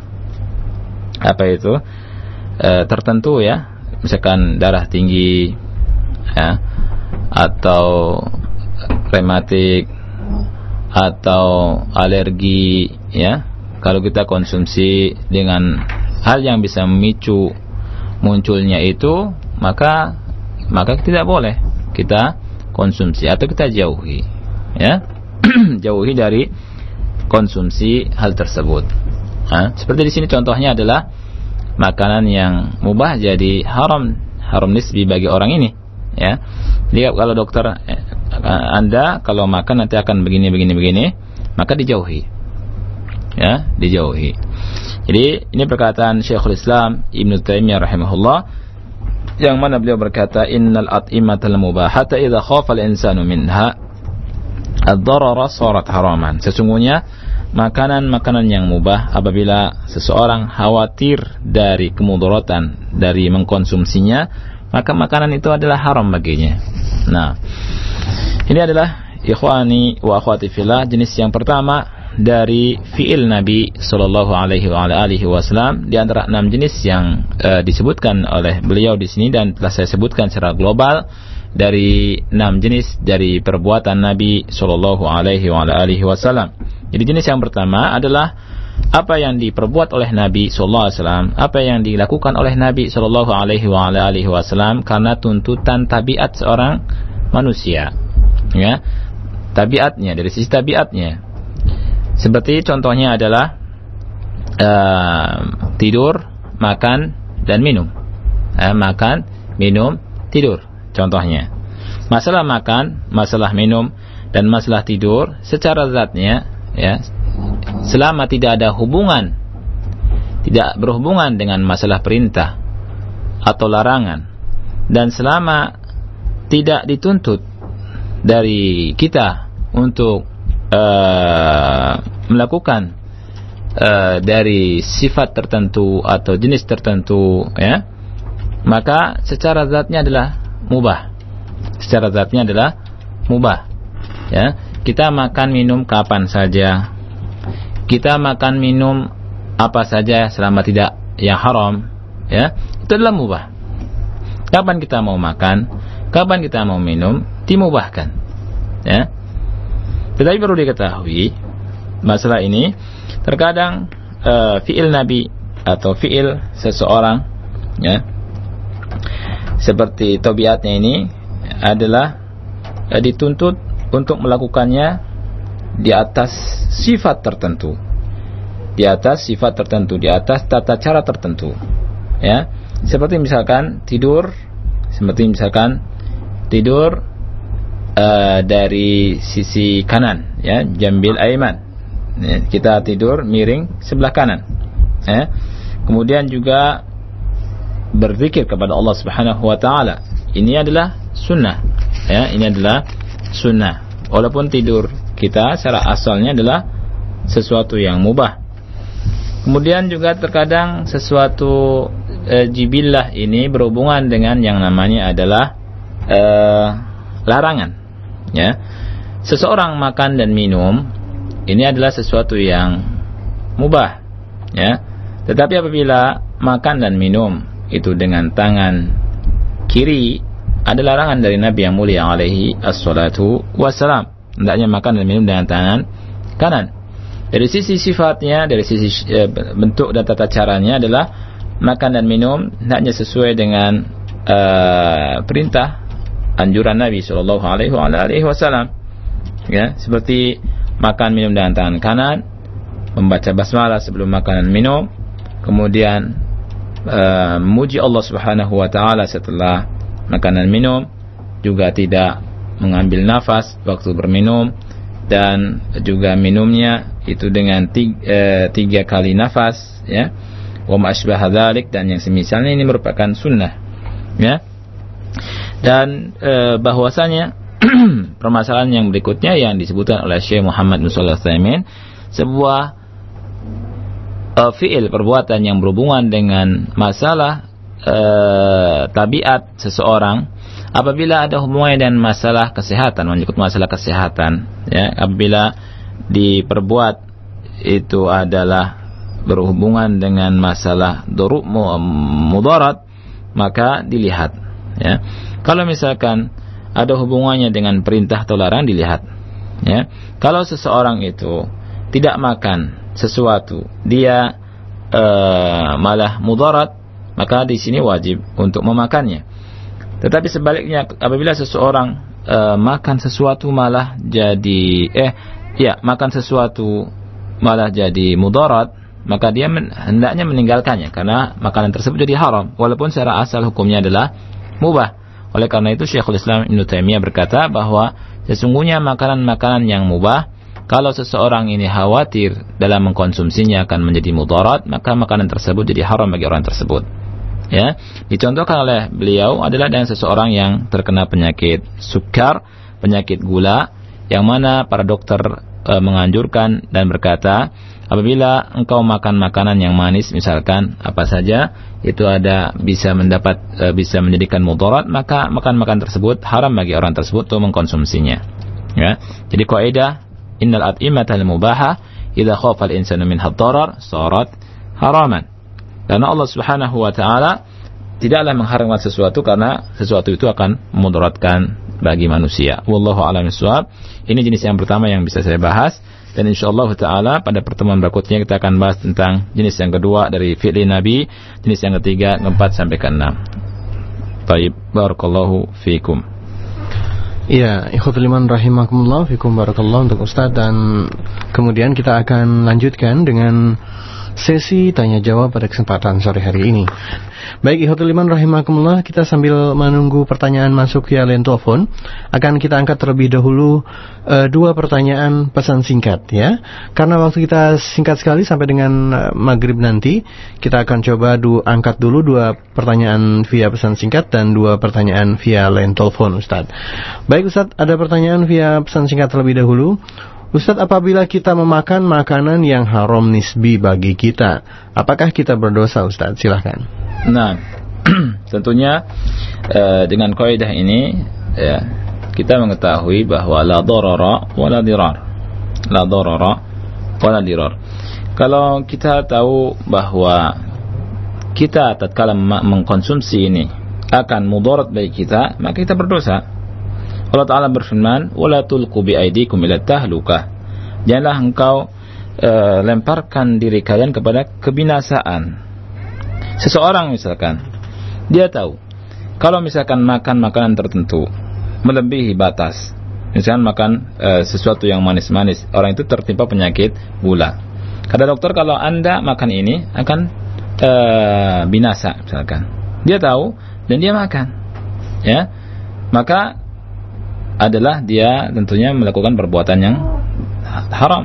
tertentu, ya, misalkan darah tinggi, ya, atau rematik atau alergi, ya, kalau kita konsumsi dengan hal yang bisa memicu munculnya itu, maka tidak boleh kita konsumsi atau kita jauhi, ya. Jauhi dari konsumsi hal tersebut. Seperti di sini contohnya adalah makanan yang mubah jadi haram nisbi bagi orang ini, ya. Jadi kalau dokter Anda kalau makan nanti akan begini, maka dijauhi, ya, dijauhi. Jadi ini perkataan Syekhul Islam Ibnu Taimiyah rahimahullah, yang mana beliau berkata innal at'imatal mubahata idza khafa al-insanu minha ad-darara sarat haraman. Sesungguhnya makanan-makanan yang mubah apabila seseorang khawatir dari kemudaratan dari mengkonsumsinya, maka makanan itu adalah haram baginya. Nah, ini adalah ikhwani wa akhwati fillah jenis yang pertama dari fi'il Nabi sallallahu alaihi wasallam di antara 6 jenis yang disebutkan oleh beliau di sini dan telah saya sebutkan secara global dari 6 jenis dari perbuatan Nabi sallallahu alaihi wasallam. Jadi jenis yang pertama adalah apa yang diperbuat oleh Nabi sallallahu alaihi wasallam, apa yang dilakukan oleh Nabi sallallahu alaihi wasallam karena tuntutan tabiat seorang manusia, ya. Tabiatnya, dari sisi tabiatnya. Seperti contohnya adalah tidur, makan, dan minum. Makan, minum, tidur. Contohnya. Masalah makan, masalah minum, dan masalah tidur secara zatnya, ya, selama tidak ada hubungan, tidak berhubungan dengan masalah perintah atau larangan, dan selama tidak dituntut dari kita untuk melakukan dari sifat tertentu atau jenis tertentu, ya, maka secara zatnya adalah mubah. Secara zatnya adalah mubah, ya. Kita makan minum kapan saja, kita makan minum apa saja selama tidak yang haram, ya, itu adalah mubah. Kapan kita mau makan, kapan kita mau minum, dimubahkan, ya. Tetapi perlu diketahui masalah ini terkadang fi'il Nabi atau fi'il seseorang, ya, seperti tabiatnya ini adalah dituntut untuk melakukannya di atas sifat tertentu, di atas sifat tertentu, di atas tata cara tertentu, ya. Seperti misalkan tidur dari sisi kanan, ya, jambil aiman, ya, kita tidur miring sebelah kanan, ya. Kemudian juga berzikir kepada Allah Subhanahu wa taala. Ini adalah sunnah, ya, ini adalah sunnah. Walaupun tidur kita secara asalnya adalah sesuatu yang mubah. Kemudian juga terkadang sesuatu jibillah ini berhubungan dengan yang namanya adalah larangan, ya. Seseorang makan dan minum ini adalah sesuatu yang mubah, ya. Tetapi apabila makan dan minum itu dengan tangan kiri, ada larangan dari Nabi yang mulia alaihi assalatu wassalam, hendaknya makan dan minum dengan tangan kanan. Dari sisi sifatnya, dari sisi bentuk dan tata caranya adalah makan dan minum hendaknya sesuai dengan perintah anjuran Nabi sallallahu alaihi wasallam, ya, seperti makan minum dengan tangan kanan, membaca basmalah sebelum makan dan minum, kemudian memuji Allah Subhanahu wa taala setelah makan dan minum, juga tidak mengambil nafas waktu berminum, dan juga minumnya itu dengan tiga kali nafas, ya, wa ma asbaha dzalik, dan yang semisalnya. Ini merupakan sunnah, ya. Dan bahwasanya permasalahan yang berikutnya yang disebutkan oleh Syekh Muhammad bin Shalih Al-Utsaimin, sebuah fi'il, perbuatan yang berhubungan dengan masalah tabiat seseorang, apabila ada hubungannya dengan masalah kesehatan, menyangkut masalah kesehatan, ya, apabila diperbuat itu adalah berhubungan dengan masalah mudarat, maka dilihat, ya. Kalau misalkan ada hubungannya dengan perintah atau larangan, dilihat, ya. Kalau seseorang itu tidak makan sesuatu, dia malah mudarat, maka di sini wajib untuk memakannya. Tetapi sebaliknya, apabila seseorang makan sesuatu malah jadi mudarat, maka dia hendaknya meninggalkannya, karena makanan tersebut jadi haram walaupun secara asal hukumnya adalah mubah. Oleh karena itu Syekhul Islam Ibnu Taimiyah berkata bahwa sesungguhnya makanan-makanan yang mubah, kalau seseorang ini khawatir dalam mengkonsumsinya akan menjadi mudarat, maka makanan tersebut jadi haram bagi orang tersebut, ya. Dicontohkan oleh beliau adalah dengan seseorang yang terkena penyakit sukar, penyakit gula, yang mana para dokter menganjurkan dan berkata, apabila engkau makan makanan yang manis, misalkan apa saja, itu bisa menjadikan mudarat, maka makan tersebut haram bagi orang tersebut untuk mengkonsumsinya, ya. Jadi kaidah innal at'imatal mubaha idza khafa al-insanu minha ad-darar sarat haraman. Karena Allah Subhanahu wa taala tidaklah mengharamkan sesuatu karena sesuatu itu akan memudaratkan bagi manusia. Wallahu a'lam bishawab. Ini jenis yang pertama yang bisa saya bahas, dan insyaallah taala pada pertemuan berikutnya kita akan bahas tentang jenis yang kedua dari fi'li Nabi, jenis yang ketiga, keempat sampai keenam. Baik, barakallahu fiikum. Ya, ikhwatul iman rahimakumullah, fikum barakallahu untuk Ustaz, dan kemudian kita akan lanjutkan dengan sesi tanya jawab pada kesempatan sore hari ini. Baik, ikhwatul iman rahimakumullah, kita sambil menunggu pertanyaan masuk via line telepon, akan kita angkat terlebih dahulu dua pertanyaan pesan singkat, ya. Karena waktu kita singkat sekali sampai dengan maghrib nanti, kita akan coba angkat dulu dua pertanyaan via pesan singkat dan dua pertanyaan via line telepon, Ustaz. Baik Ustaz, ada pertanyaan via pesan singkat terlebih dahulu. Ustaz, apabila kita memakan makanan yang haram nisbi bagi kita, apakah kita berdosa, Ustaz? Silahkan. Nah, tentunya dengan kaidah ini, ya, kita mengetahui bahwa la darara wala dirar. La darara wala dirar. Kalau kita tahu bahwa kita tatkala mengkonsumsi ini akan mudarat bagi kita, maka kita berdosa. Allah Ta'ala berfirman, wala tulqu bi aydikum ila tahlukah. Janganlah engkau lemparkan diri kalian kepada kebinasaan. Seseorang misalkan, dia tahu kalau misalkan makan makanan tertentu melebihi batas, Misalkan makan sesuatu yang manis-manis, orang itu tertimpa penyakit gula. Kata dokter, kalau Anda makan ini akan binasa misalkan. Dia tahu dan dia makan. Ya. Maka adalah dia tentunya melakukan perbuatan yang haram,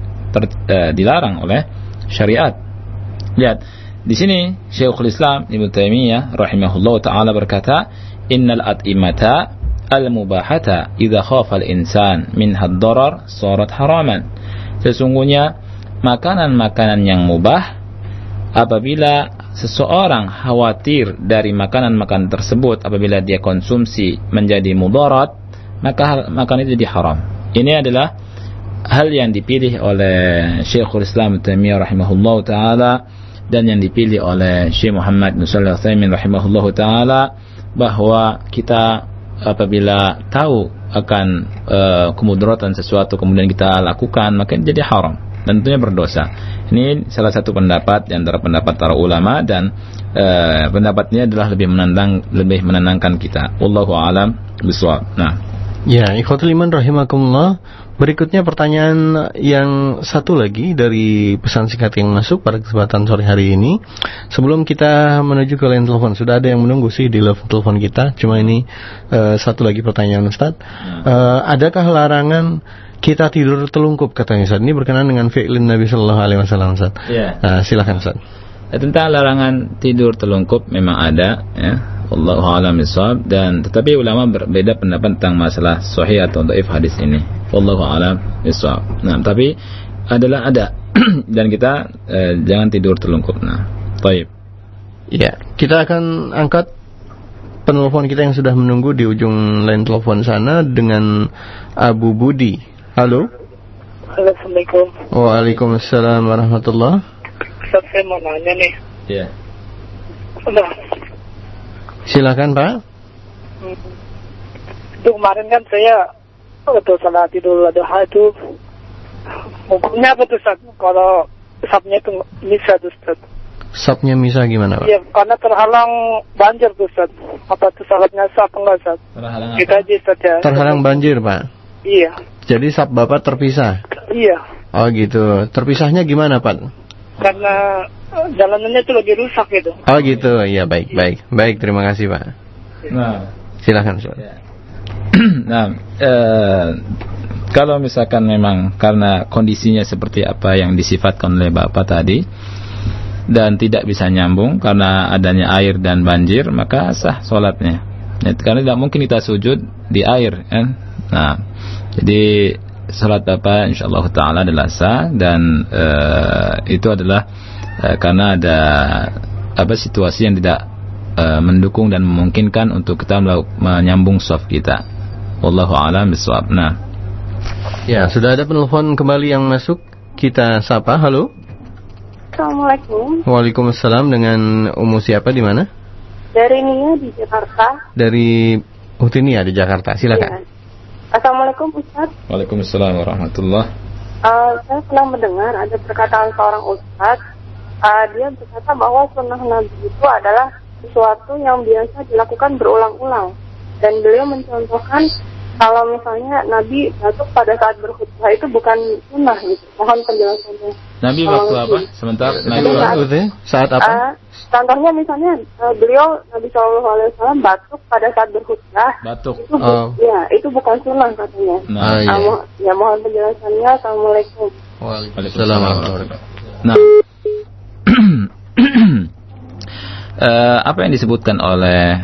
dilarang oleh syariat. Lihat, di sini Syekhul Islam Ibnu Taimiyah rahimahullah taala berkata, "Innal at'imata al-mubahata idza khafa al-insan minha ad-darar sarat haraman." Sesungguhnya makanan-makanan yang mubah, apabila seseorang khawatir dari makanan-makanan tersebut, apabila dia konsumsi menjadi mudarat, maka makanan itu jadi haram. Ini adalah hal yang dipilih oleh Syekhul Islam Taimiyah rahimahullah taala dan yang dipilih oleh Syekh Muhammad bin Shalih Al-Utsaimin rahimahullah taala, bahwa kita apabila tahu akan kemudaratan sesuatu kemudian kita lakukan, maka jadi haram dan tentunya berdosa. Ini salah satu pendapat di antara pendapat para ulama, dan pendapatnya adalah lebih menenangkan kita. Wallahu a'lam bishawab. Nah, ya, ikhwatul iman rahimakumullah. Berikutnya pertanyaan yang satu lagi dari pesan singkat yang masuk pada kesempatan sore hari ini. Sebelum kita menuju ke line telepon, sudah ada yang menunggu sih di line telepon kita. Cuma ini satu lagi pertanyaan Ustaz. Adakah larangan kita tidur telungkup, katanya Ustaz? Ini berkenaan dengan fi'lin Nabi sallallahu alaihi wasallam, Ustaz. Ya. Silakan Ustaz. Tentang larangan tidur telungkup memang ada, ya. Wallahu a'lam bishawab, dan tetapi ulama berbeda pendapat tentang masalah sahih atau dhaif hadis ini. Wallahu a'lam bishawab. Nah, tapi adalah ada dan kita jangan tidur telungkup. Nah, baik. Ya, kita akan angkat penelpon kita yang sudah menunggu di ujung line telepon sana dengan Abu Budi. Halo. Assalamualaikum. Waalaikumsalam warahmatullah. Ustaz, saya mau nanya nih. Ya. Nah, silakan Pak. Itu kemarin kan saya waktu salat Idul Adha itu hukumnya apa tuh Ustaz? Kalau sabnya itu misa tuh Ustaz. Sabnya misa gimana Pak? Iya, karena terhalang banjir tuh Ustaz. Apa tuh salatnya sah enggak Ustaz? Terhalang Kita aja Ustaz ya. Terhalang banjir Pak? Iya. Jadi sab Bapak terpisah? Iya. Oh gitu. Terpisahnya gimana Pak? Karena jalanannya itu lagi rusak gitu. Oh gitu. Iya, baik. Baik, terima kasih Pak. Nah, silakan Ustaz. ya. Nah, kalau misalkan memang karena kondisinya seperti apa yang disifatkan oleh Bapak tadi dan tidak bisa nyambung karena adanya air dan banjir, maka sah sholatnya. Ya, karena tidak mungkin kita sujud di air, kan? Nah, jadi sholat Bapak insyaallah taala adalah sah, dan itu adalah karena ada situasi yang tidak mendukung dan memungkinkan untuk kita menyambung shaf kita. Wallahu a'lam bishawab. Nah, ya, sudah ada penelpon kembali yang masuk. Kita sapa. Halo. Assalamualaikum. Waalaikumsalam. Dengan Umu siapa, di mana? Dari Nia di Jakarta. Dari Utinia di Jakarta. Silakan. Ya. Assalamualaikum Ustaz. waalaikumsalam warahmatullah. Saya pernah mendengar ada perkataan seorang Ustaz. Dia berkata bahwa sunnah Nabi itu adalah sesuatu yang biasa dilakukan berulang-ulang. Dan beliau mencontohkan kalau misalnya Nabi batuk pada saat berkhutbah itu bukan sunnah gitu. Mohon penjelasannya. Nabi waktu apa? Sebentar. Nabi waktu saat apa? Contohnya misalnya beliau Nabi SAW batuk pada saat berkhutbah. Batuk. Itu, ya, itu bukan sunnah katanya. Nah, ya mohon penjelasannya. Assalamualaikum. Waalaikumsalam. Nah, apa yang disebutkan oleh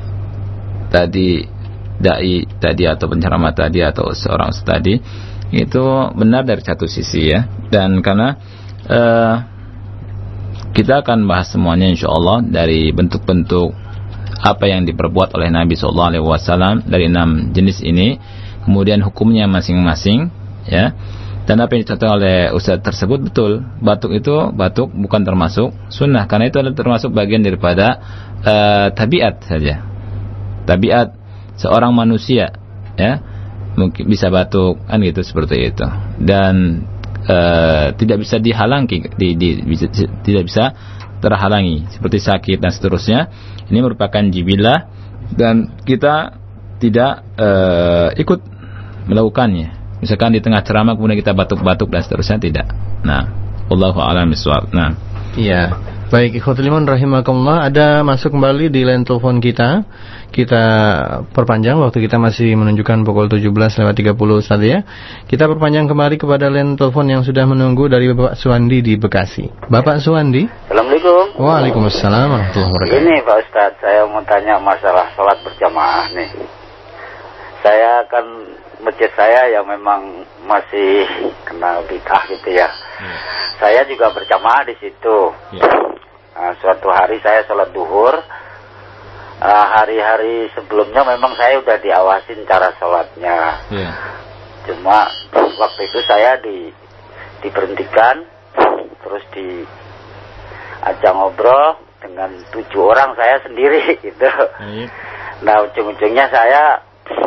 dai tadi atau penceramah tadi atau seorang ustaz tadi itu benar dari satu sisi, ya, dan karena kita akan bahas semuanya insyaallah dari bentuk-bentuk apa yang diperbuat oleh Nabi SAW dari 6 jenis ini, kemudian hukumnya masing-masing, ya. Dan apa yang dicontohkan oleh ustaz tersebut betul, batuk bukan termasuk sunnah, karena itu adalah termasuk bagian daripada tabiat saja, tabiat seorang manusia, ya, mungkin bisa batuk kan gitu, seperti itu, dan tidak bisa dihalangi, tidak bisa terhalangi seperti sakit dan seterusnya. Ini merupakan jibilah dan kita tidak ikut melakukannya. Misalkan di tengah ceramah kemudian kita batuk-batuk dan seterusnya, tidak. Nah, wallahu a'lam bishawab. Nah, iya. Baik, ikhwatul iman rahimakumullah, ada masuk kembali di line telepon kita. Kita perpanjang, waktu kita masih menunjukkan pukul 17:30 Ustaz ya. Kita perpanjang kembali kepada line telepon yang sudah menunggu dari Bapak Suwandi di Bekasi. Bapak Suwandi. Assalamualaikum. Waalaikumsalam warahmatullahi wabarakatuh. Ini Pak Ustadz, saya mau tanya masalah sholat berjamaah nih. Saya kan masjid saya ya memang masih kena bid'ah gitu ya. Saya juga berjamaah di situ. Nah, suatu hari saya sholat duhur. Hari-hari sebelumnya memang saya udah diawasin cara sholatnya. Cuma waktu itu saya diberhentikan, terus diajak ngobrol dengan 7 orang, saya sendiri gitu. Nah, ujung-ujungnya saya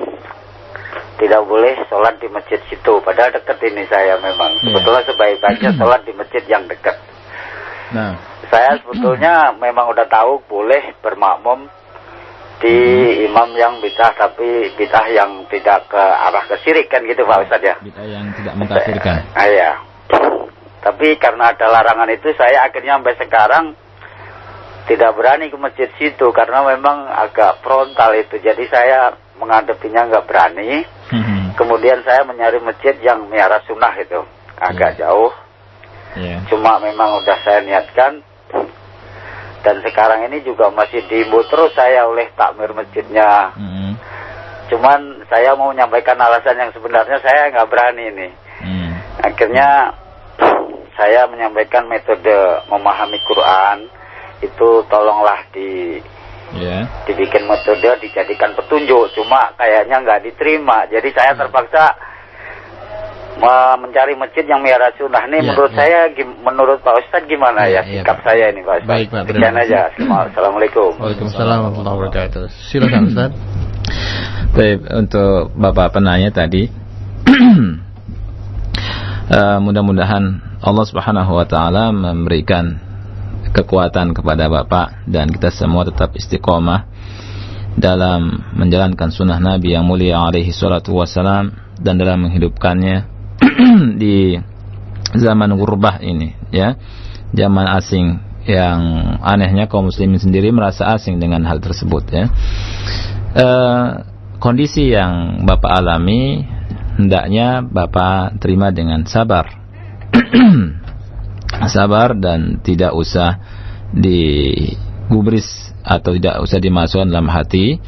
tidak boleh sholat di masjid situ. Padahal dekat ini saya memang. Sebetulnya sebaik-baiknya sholat di masjid yang dekat. Nah, saya sebetulnya memang udah tahu boleh bermakmum di imam yang bid'ah, tapi bid'ah yang tidak ke arah kesyirik kan gitu Pak Ustadz ya. Bid'ah yang tidak mengkafirkan. Iya. Tapi karena ada larangan itu, saya akhirnya sampai sekarang tidak berani ke masjid situ karena memang agak frontal itu. Jadi saya menghadapinya nggak berani. Kemudian saya mencari masjid yang miara sunnah itu, agak jauh. Cuma memang udah saya niatkan. Dan sekarang ini juga masih diimbau terus saya oleh takmir masjidnya. Cuman saya mau menyampaikan alasan yang sebenarnya saya nggak berani ini. Akhirnya saya menyampaikan metode memahami Quran itu tolonglah dibikin metode, dijadikan petunjuk. Cuma kayaknya nggak diterima. Jadi saya terpaksa mencari masjid yang miara sunnah. Nih menurut saya, menurut Pak Ustadz gimana sikap saya ini Pak Ustadz? Baik Pak, sekian aja. Assalamualaikum. Waalaikumsalam warahmatullahi wabarakatuh. Silakan Ustaz. Baik, untuk Bapak penanya tadi, mudah-mudahan Allah Subhanahu wa taala memberikan kekuatan kepada Bapak dan kita semua tetap istiqomah dalam menjalankan sunnah Nabi yang mulia alaihi salatu wassalam dan dalam menghidupkannya di zaman gurbah ini, ya, zaman asing yang anehnya kaum muslimin sendiri merasa asing dengan hal tersebut, ya. Kondisi yang Bapak alami hendaknya Bapak terima dengan sabar. Sabar dan tidak usah digubris atau tidak usah dimasukkan dalam hati.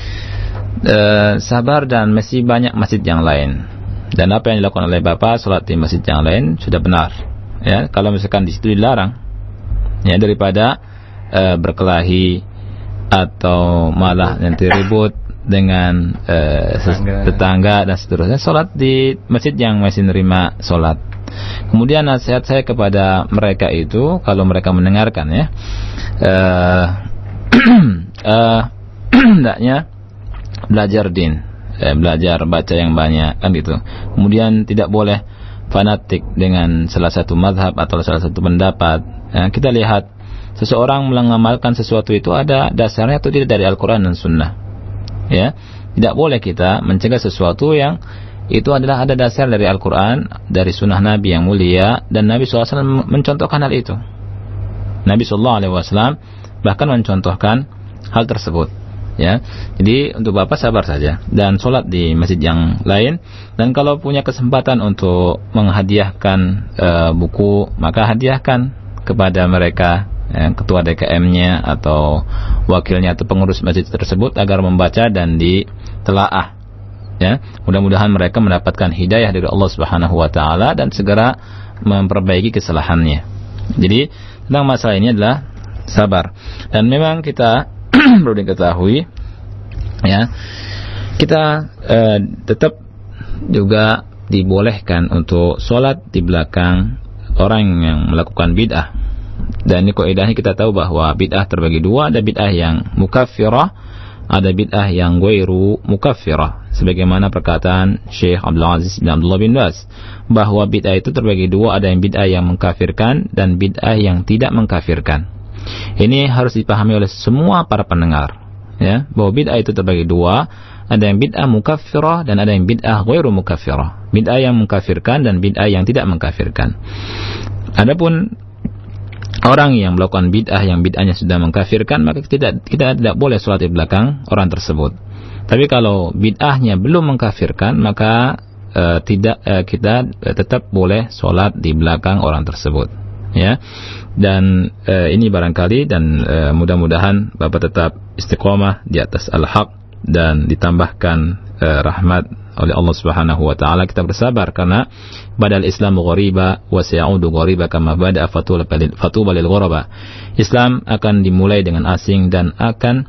Sabar dan masih banyak masjid yang lain. Dan apa yang dilakukan oleh Bapak sholat di masjid yang lain sudah benar. Ya, kalau misalkan di situ dilarang, ya, daripada berkelahi atau malah nanti ribut dengan tetangga dan seterusnya, sholat di masjid yang masih menerima sholat. Kemudian nasihat saya kepada mereka itu, kalau mereka mendengarkan, ya, hendaknya belajar din, belajar baca yang banyak, kan gitu. Kemudian tidak boleh fanatik dengan salah satu mazhab atau salah satu pendapat. Kita lihat seseorang mengamalkan sesuatu itu ada dasarnya atau tidak dari Al-Quran dan Sunnah. Ya, tidak boleh kita mencegah sesuatu yang itu adalah ada dasar dari Al-Quran, dari Sunnah Nabi yang mulia, dan Nabi SAW mencontohkan hal itu. Nabi SAW bahkan mencontohkan hal tersebut. Ya, jadi untuk Bapak sabar saja dan sholat di masjid yang lain. Dan kalau punya kesempatan untuk menghadiahkan buku, maka hadiahkan kepada mereka, ketua DKM-nya atau wakilnya atau pengurus masjid tersebut agar membaca dan ditelaah. Ya, mudah-mudahan mereka mendapatkan hidayah dari Allah Subhanahu wa taala dan segera memperbaiki kesalahannya. Jadi tentang masalah ini adalah sabar. Dan memang kita perlu diketahui, ya, kita tetap juga dibolehkan untuk sholat di belakang orang yang melakukan bid'ah. Dan ini kaidahnya kita tahu bahwa bid'ah terbagi dua, ada bid'ah yang mukaffirah, ada bid'ah yang ghairu mukaffirah. Sebagaimana perkataan Syekh Abdul Aziz bin Abdullah bin Baz, bahwa bid'ah itu terbagi dua, ada yang bid'ah yang mengkafirkan dan bid'ah yang tidak mengkafirkan. Ini harus dipahami oleh semua para pendengar, ya, bahwa bid'ah itu terbagi dua, ada yang bid'ah mukaffirah dan ada yang bid'ah ghairu mukaffirah. Bid'ah yang mengkafirkan dan bid'ah yang tidak mengkafirkan. Adapun orang yang melakukan bid'ah yang bid'ahnya sudah mengkafirkan, maka kita tidak boleh sholat di belakang orang tersebut. Tapi kalau bid'ahnya belum mengkafirkan, maka kita tetap boleh sholat di belakang orang tersebut, ya. Dan ini barangkali dan mudah-mudahan Bapak tetap istiqomah di atas al-haq dan ditambahkan rahmat oleh Allah Subhanahu wa taala. Kita bersabar karena badal Islamu ghariba wa sayaudu ghariba kama bada fatuba lil ghuraba. Islam akan dimulai dengan asing dan akan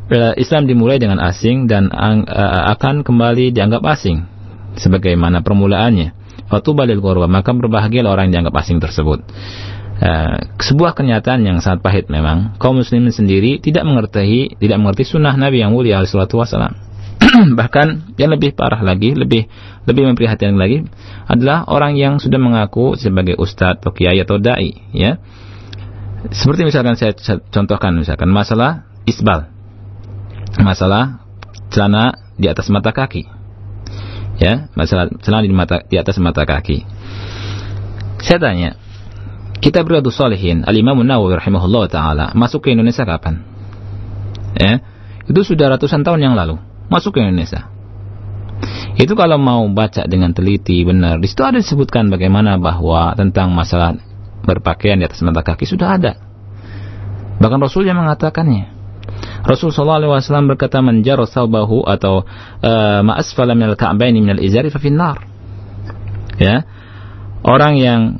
akan kembali dianggap asing sebagaimana permulaannya. Fatuba lil ghuraba, maka berbahagialah orang yang dianggap asing tersebut. Sebuah kenyataan yang sangat pahit memang. Kaum muslimin sendiri tidak mengerti sunnah Nabi yang mulia alaihi salatu wasallam. Bahkan yang lebih parah lagi, lebih memprihatinkan lagi adalah orang yang sudah mengaku sebagai ustadz atau kiai atau dai, ya. Seperti misalkan saya contohkan misalkan masalah isbal, masalah celana di atas mata kaki, ya, masalah celana di atas mata kaki. Saya tanya, Kitab Riyadhus Shalihin Al-Imam An-Nawawi rahimahullah taala masuk ke Indonesia kapan? Ya, itu sudah ratusan tahun yang lalu masuk ke Indonesia. Itu kalau mau baca dengan teliti benar, di situ ada disebutkan bagaimana bahwa tentang masalah berpakaian di atas mata kaki sudah ada. Bahkan Rasul yang mengatakannya. Rasul sallallahu alaihi wasallam berkata, "Man jarra thawbahu atau ma asfala minal ka'baini minal izari fa finnar." Ya. Orang yang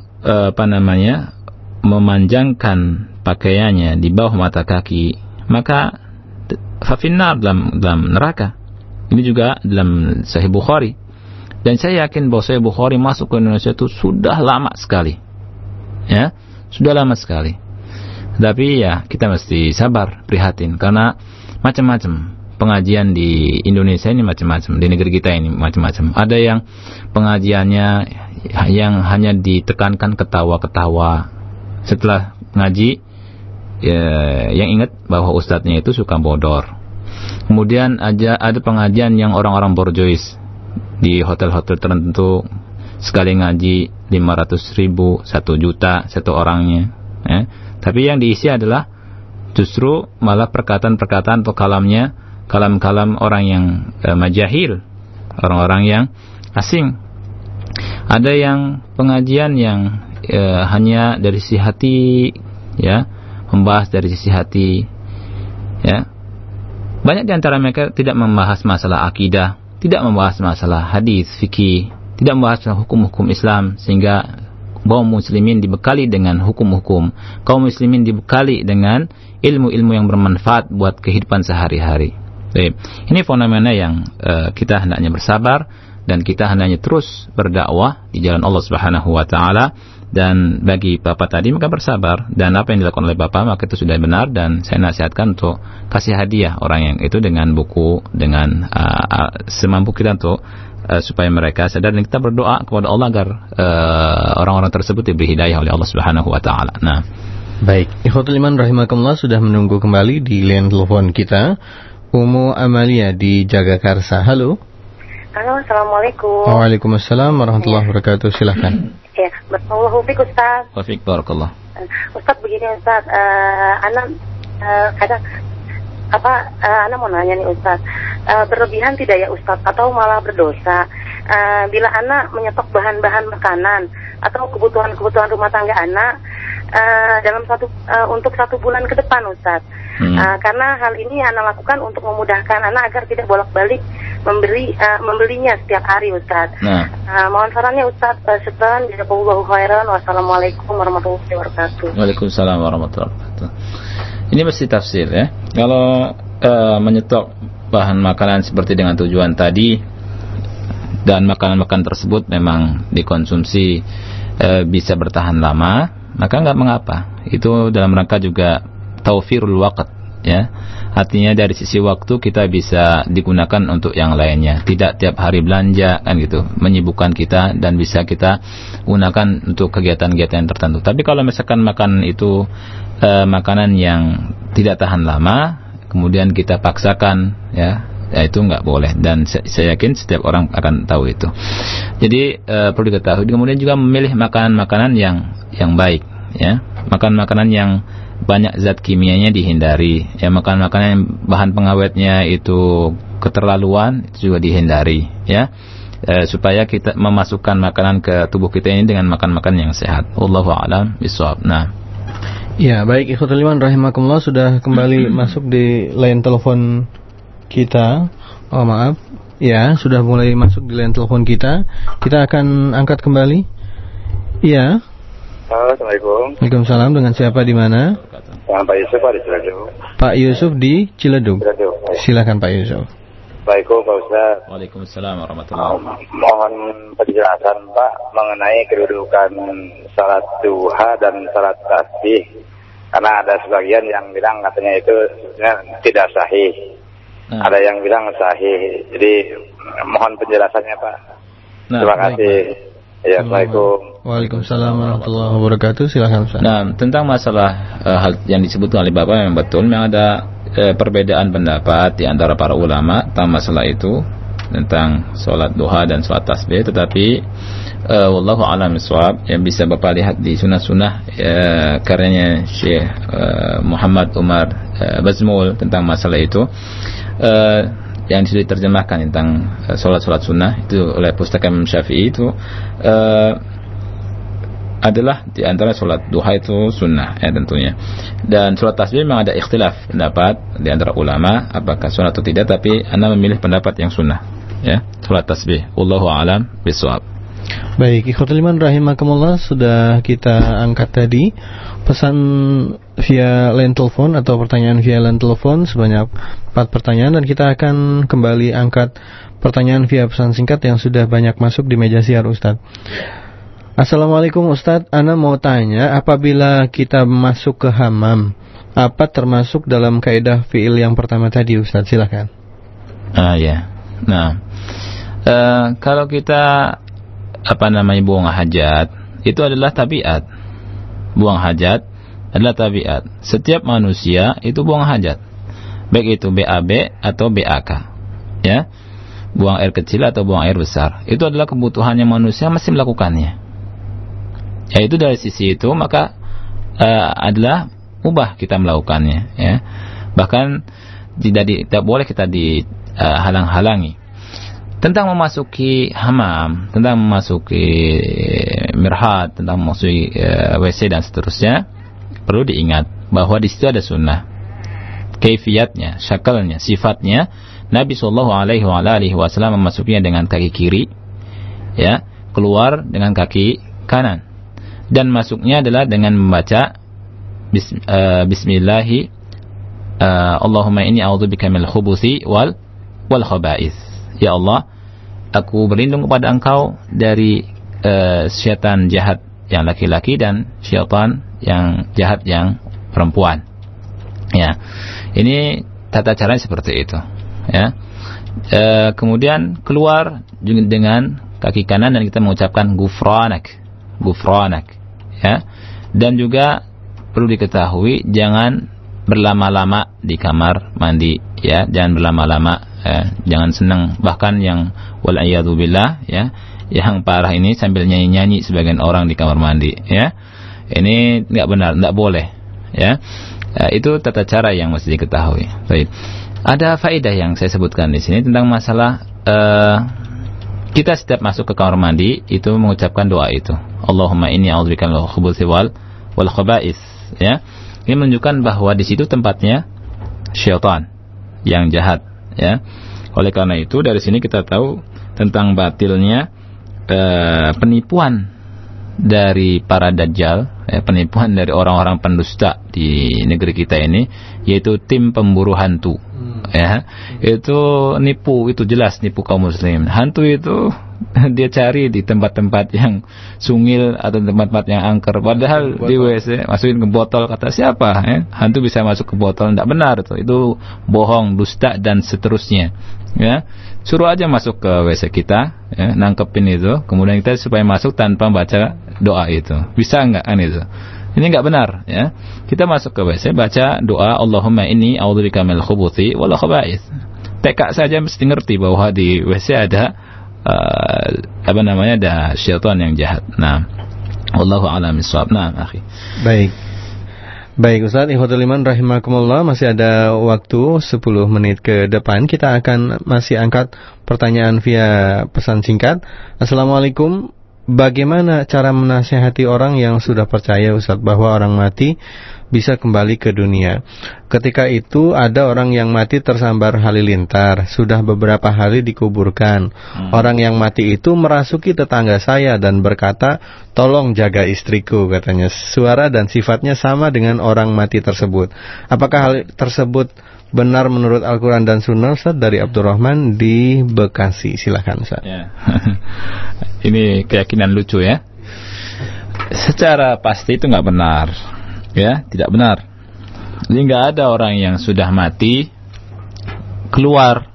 memanjangkan pakaiannya di bawah mata kaki, maka fafinnar, dalam neraka. Ini juga dalam Sahih Bukhari. Dan saya yakin bahwa Sahih Bukhari masuk ke Indonesia itu sudah lama sekali. Ya, sudah lama sekali. Tapi ya kita mesti sabar, prihatin karena macam-macam pengajian di Indonesia ini, macam-macam di negeri kita ini macam-macam. Ada yang pengajiannya yang hanya ditekankan ketawa-ketawa. Setelah ngaji yang ingat bahwa ustadznya itu suka bodor. Kemudian ada pengajian yang orang-orang borjois di hotel-hotel tertentu, sekali ngaji 500.000, 1 juta satu orangnya, ya. Tapi yang diisi adalah justru malah perkataan-perkataan atau kalam-kalam orang yang majahil, orang-orang yang asing. Ada yang pengajian yang hanya dari sisi hati, ya, membahas dari sisi hati, ya. Banyak di antara mereka tidak membahas masalah akidah, tidak membahas masalah hadis, fikih, tidak membahas hukum-hukum Islam, sehingga kaum muslimin dibekali dengan hukum-hukum, kaum muslimin dibekali dengan ilmu-ilmu yang bermanfaat buat kehidupan sehari-hari. Ini fenomena yang kita hendaknya bersabar dan kita hendaknya terus berdakwah di jalan Allah Subhanahu wa taala. Dan bagi Bapak tadi maka bersabar, dan apa yang dilakukan oleh Bapak maka itu sudah benar, dan saya nasihatkan untuk kasih hadiah orang yang itu dengan buku, dengan semampu kita untuk supaya mereka sadar, dan kita berdoa kepada Allah agar orang-orang tersebut diberi hidayah oleh Allah Subhanahu wa taala. Nah, baik, ikhwatul iman rahimakumullah, sudah menunggu kembali di line telepon kita Umu Amalia di Jagakarsa. Halo. Halo, assalamualaikum. Waalaikumsalam warahmatullahi wabarakatuh. Silakan. Ya, barakallahu fiik Ustaz. Wa fiik barakallah. Ustaz, begini Ustaz, anak kadang anak mau nanya nih Ustaz, berlebihan tidak ya Ustaz, atau malah berdosa bila anak menyetok bahan-bahan makanan atau kebutuhan rumah tangga anak untuk 1 bulan ke depan Ustaz. Karena hal ini anak lakukan untuk memudahkan anak agar tidak bolak-balik membelinya setiap hari Ustaz. Mohon sarannya Ustaz. Setelah jazakallahu khairan. Wassalamualaikum warahmatullahi wabarakatuh. Waalaikumsalam warahmatullahi wabarakatuh. Ini mesti tafsir, ya. Kalau menyetok bahan makanan seperti dengan tujuan tadi, dan makanan-makanan tersebut memang dikonsumsi bisa bertahan lama, maka nggak mengapa. Itu dalam rangka juga taufirul waqt, ya. Artinya dari sisi waktu kita bisa digunakan untuk yang lainnya, tidak tiap hari belanja kan gitu, menyibukkan kita, dan bisa kita gunakan untuk kegiatan-kegiatan tertentu. Tapi kalau misalkan makanan itu makanan yang tidak tahan lama, kemudian kita paksakan, ya itu nggak boleh, dan saya yakin setiap orang akan tahu itu. Jadi perlu diketahui. Kemudian juga memilih makanan-makanan yang baik, ya, makanan-makanan yang banyak zat kimianya dihindari, ya, makanan-makanan yang bahan pengawetnya itu keterlaluan itu juga dihindari, ya, supaya kita memasukkan makanan ke tubuh kita ini dengan makan-makan yang sehat. Wallahu a'lam bishawab. Nah, ya, baik, ikhwatul iman rahimakumullah, sudah kembali masuk di line telepon kita. Oh maaf, ya, sudah mulai masuk di line telepon kita. Kita akan angkat kembali. Ya. Assalamualaikum. Waalaikumsalam. Dengan siapa, di mana? Dengan Pak Yusuf di Ciledug. Pak Yusuf di Ciledug. Silakan Pak Yusuf. Baiklah Pak Ustaz. Waalaikumsalam warahmatullahi wabarakatuh. Mohon penjelasan Pak mengenai kedudukan salat duha dan salat tasbih. Karena ada sebagian yang bilang katanya itu tidak sahih. Ada yang bilang sahih. Jadi mohon penjelasannya Pak. Terima kasih. Ya, Assalamualaikum. Waalaikumsalam warahmatullahi wabarakatuh. Silakan Ustaz. Nah, tentang masalah hal yang disebutkan oleh Bapak memang betul, memang ada perbedaan pendapat di antara para ulama tentang masalah itu, tentang sholat duha dan sholat tasbih. Tetapi wallahu a'lam bishawab, yang bisa Bapak lihat di sunnah-sunnah karyanya Syekh Muhammad Umar Bazmul tentang masalah itu, yang sudah diterjemahkan tentang sholat-sholat sunnah itu oleh pustaka Imam Syafi'i itu adalah di antara sholat duha itu sunnah, ya, tentunya. Dan sholat tasbih memang ada ikhtilaf pendapat di antara ulama apakah sunnah atau tidak, tapi ana memilih pendapat yang sunnah, ya, sholat tasbih. Wallahu a'lam bishawab. Baik, ikhwatul iman rahimakumullah, sudah kita angkat tadi pesan via line telepon atau pertanyaan via line telepon sebanyak 4 pertanyaan, dan kita akan kembali angkat pertanyaan via pesan singkat yang sudah banyak masuk di meja siar Ustaz. Assalamualaikum Ustaz, ana mau tanya, apabila kita masuk ke hammam, apa termasuk dalam kaidah fi'il yang pertama tadi Ustaz? Silakan. Ya. Nah, kalau kita buang hajat, itu adalah tabiat. Buang hajat adalah tabiat. Setiap manusia itu buang hajat, baik itu BAB atau BAK, ya, buang air kecil atau buang air besar, itu adalah kebutuhannya manusia, masih melakukannya. Ya, itu dari sisi itu maka adalah mubah kita melakukannya, ya. Bahkan tidak boleh kita dihalang-halangi. Tentang memasuki hammam, tentang memasuki mirhat, tentang memasuki WC dan seterusnya, perlu diingat bahwa di situ ada sunnah. Kaifiyatnya, syakalnya, sifatnya, Nabi SAW memasukinya dengan kaki kiri, ya, keluar dengan kaki kanan, dan masuknya adalah dengan membaca Bismillahi Allahumma inni a'udzubika minal khubuthi wal khaba'ith. Ya Allah, aku berlindung kepada Engkau dari syaitan jahat yang laki-laki dan syaitan yang jahat yang perempuan. Ya, ini tata caranya seperti itu. Ya, kemudian keluar dengan kaki kanan dan kita mengucapkan gufranak, ya. Dan juga perlu diketahui jangan berlama-lama di kamar mandi, ya, jangan berlama-lama. Jangan senang, bahkan yang wal'iyadzubillah, ya, yang parah ini sambil nyanyi-nyanyi sebagian orang di kamar mandi, ya, ini nggak benar, nggak boleh, ya. Itu tata cara yang mesti diketahui. Baik, ada faedah yang saya sebutkan di sini tentang masalah kita setiap masuk ke kamar mandi itu mengucapkan doa itu, Allahumma inni a'udzubika minal khubuthi wal khaba'ith, ya. Ini menunjukkan bahwa di situ tempatnya syaitan yang jahat, ya. Oleh karena itu dari sini kita tahu tentang batilnya penipuan dari para dajjal, penipuan dari orang-orang pendusta di negeri kita ini, yaitu tim pemburu hantu, ya. Itu nipu, itu jelas nipu kaum muslim. Hantu itu dia cari di tempat-tempat yang sungil atau tempat-tempat yang angker, padahal di WC masukin ke botol, kata siapa, ya? Hantu bisa masuk ke botol, tidak benar itu bohong, dusta dan seterusnya, ya. Suruh aja masuk ke WC kita, ya, nangkepin itu, kemudian kita supaya masuk tanpa baca doa itu, bisa enggak kan itu? Ini nggak benar, ya. Kita masuk ke WC baca doa Allahumma inni a'udzubika minal khubuthi wal khaba'ith. TK saja mesti ngerti bahwa di WC ada ada syaitan yang jahat. Nah, wallahu a'lam bishawab. Nah, akhi. Baik Ustaz, ikhwatul iman rahimakumullah, masih ada waktu 10 menit ke depan. Kita akan masih angkat pertanyaan via pesan singkat. Assalamualaikum. Bagaimana cara menasihati orang yang sudah percaya Ustaz bahwa orang mati bisa kembali ke dunia? Ketika itu ada orang yang mati tersambar halilintar, sudah beberapa hari dikuburkan. Orang yang mati itu merasuki tetangga saya dan berkata, "Tolong jaga istriku," katanya. Suara dan sifatnya sama dengan orang mati tersebut. Apakah hal tersebut benar menurut Al-Quran dan Sunnah? Ustaz, dari Abdurrahman di Bekasi. Silakan Ustaz. Ya. Ini keyakinan lucu ya. Secara pasti itu nggak benar, ya, tidak benar. Jadi nggak ada orang yang sudah mati keluar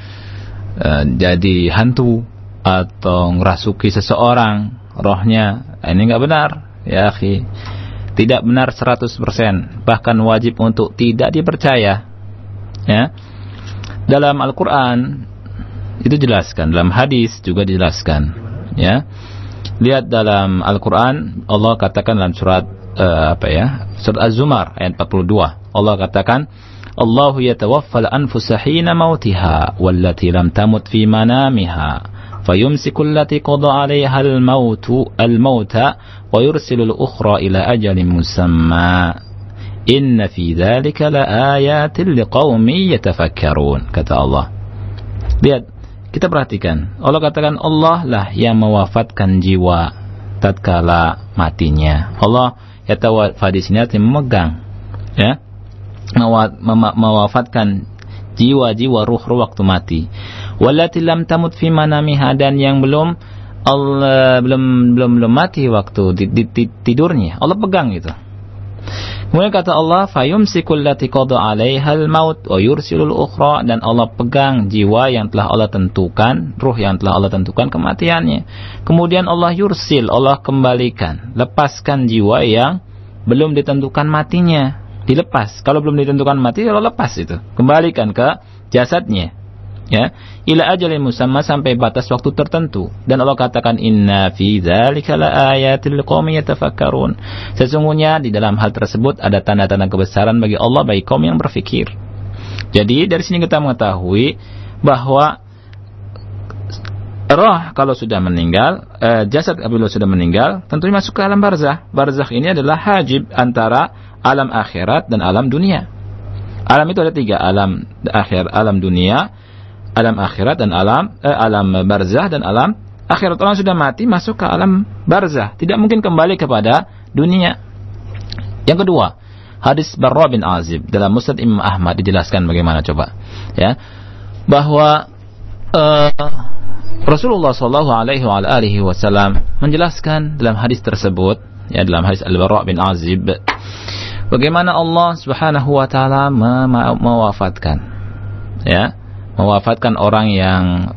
jadi hantu atau ngerasuki seseorang rohnya. Ini nggak benar, ya akhi. Tidak benar 100%, bahkan wajib untuk tidak dipercaya. Ya, dalam Al-Quran itu jelaskan, dalam hadis juga dijelaskan. Ya, lihat dalam Al-Quran Allah katakan dalam surat surat Az-Zumar ayat 42. Allah katakan, Allahu yatawaffal anfusa hina mautiha wallati lam tamut fi manamiha fayumsiku allati qada 'alaiha al-mauta wa yursilu al-ukhra ila ajalin musamma. Inna fi dzalika laayatin liqaumin yatafakkarun, kata Allah. Lihat, kita perhatikan. Allah katakan Allah lah yang mewafatkan jiwa tatkala matinya. Allah yatawaffa di sini artinya memegang, ya, mewafatkan jiwa-jiwa ruh-ruh waktu mati. Wallati lam tamut fi manamiha, dan yang belum mati waktu tidurnya. Allah pegang itu. Kemudian kata Allah, fayumsikul lati qada 'alaihal maut wa yursilul ukhra, dan Allah pegang jiwa yang telah Allah tentukan, ruh yang telah Allah tentukan kematiannya. Kemudian Allah yursil, Allah kembalikan, lepaskan jiwa yang belum ditentukan matinya, dilepas. Kalau belum ditentukan mati, Allah lepas itu, kembalikan ke jasadnya. Ya, ila ajalin musamma, sampai batas waktu tertentu. Dan Allah katakan, inna fi dzalika laayatil liqaumin yatafakkarun. Sesungguhnya di dalam hal tersebut ada tanda-tanda kebesaran bagi Allah, bagi kaum yang berfikir. Jadi dari sini kita mengetahui bahwa roh kalau sudah meninggal, jasad apabila sudah meninggal, tentunya masuk ke alam barzakh. Barzakh ini adalah hajib antara alam akhirat dan alam dunia. Alam itu ada 3, alam akhir, alam dunia, alam akhirat, dan alam barzah dan alam akhirat. Orang sudah mati masuk ke alam barzah, tidak mungkin kembali kepada dunia. Yang kedua, hadis Barra bin Azib dalam Musnad Imam Ahmad dijelaskan bagaimana coba, ya, bahwa Rasulullah SAW menjelaskan dalam hadis tersebut, ya, dalam hadis Al-Barra bin Azib, bagaimana Allah Subhanahu wa taala mewafatkan, ya, mewafatkan orang yang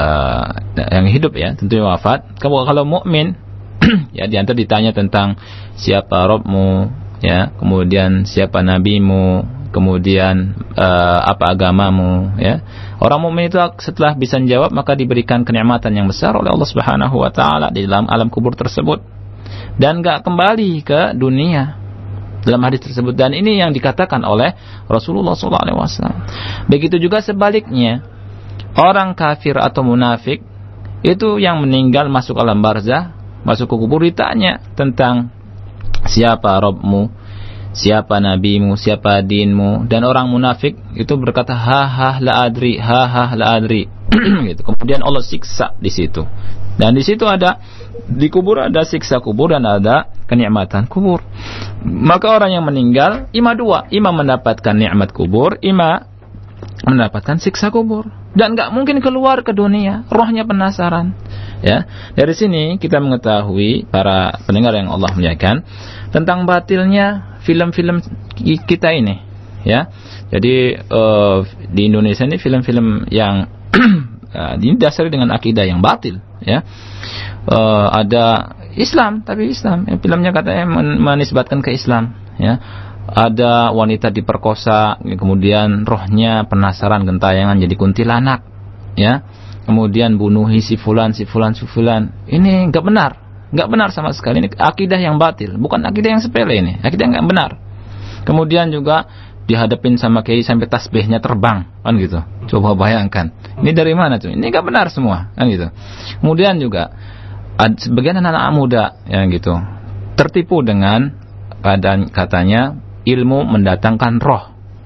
hidup, ya, tentunya wafat. Kalau mukmin ya, diantar ditanya tentang siapa Rabbmu, ya, kemudian siapa nabimu, kemudian apa agamamu, ya. Orang mukmin itu setelah bisa menjawab maka diberikan kenikmatan yang besar oleh Allah Subhanahu wa taala di dalam alam kubur tersebut dan enggak kembali ke dunia dalam hadis tersebut. Dan ini yang dikatakan oleh Rasulullah SAW. Begitu juga sebaliknya, orang kafir atau munafik itu yang meninggal masuk alam barzah, masuk ke kubur, ditanya tentang siapa Rabbmu, siapa nabimu, siapa dinmu, dan orang munafik itu berkata la adri, la adri. Gitu. Kemudian Allah siksa di situ. Dan di situ ada, di kubur ada siksa kubur dan ada kenikmatan kubur. Maka orang yang meninggal ima dua, ima mendapatkan nikmat kubur, ima mendapatkan siksa kubur, dan enggak mungkin keluar ke dunia. Rohnya penasaran, ya. Dari sini kita mengetahui, para pendengar yang Allah muliakan, tentang batilnya film-film kita ini, ya. Jadi di Indonesia ini film-film yang didasari dengan akidah yang batil, ya. Ada Islam, tapi Islam. Filmnya katanya menisbatkan ke Islam, ya. Ada wanita diperkosa, kemudian rohnya penasaran gentayangan jadi kuntilanak, ya. Kemudian bunuhi si fulan. Ini enggak benar sama sekali. Ini akidah yang batil, bukan akidah yang sepele ini. Akidah yang enggak benar. Kemudian juga dihadapin sama kiai sampai tasbihnya terbang, kan gitu. Coba bayangkan. Ini dari mana tuh? Ini enggak benar semua, kan gitu. Kemudian juga sebagian anak-anak muda yang gitu tertipu dengan katanya ilmu mendatangkan roh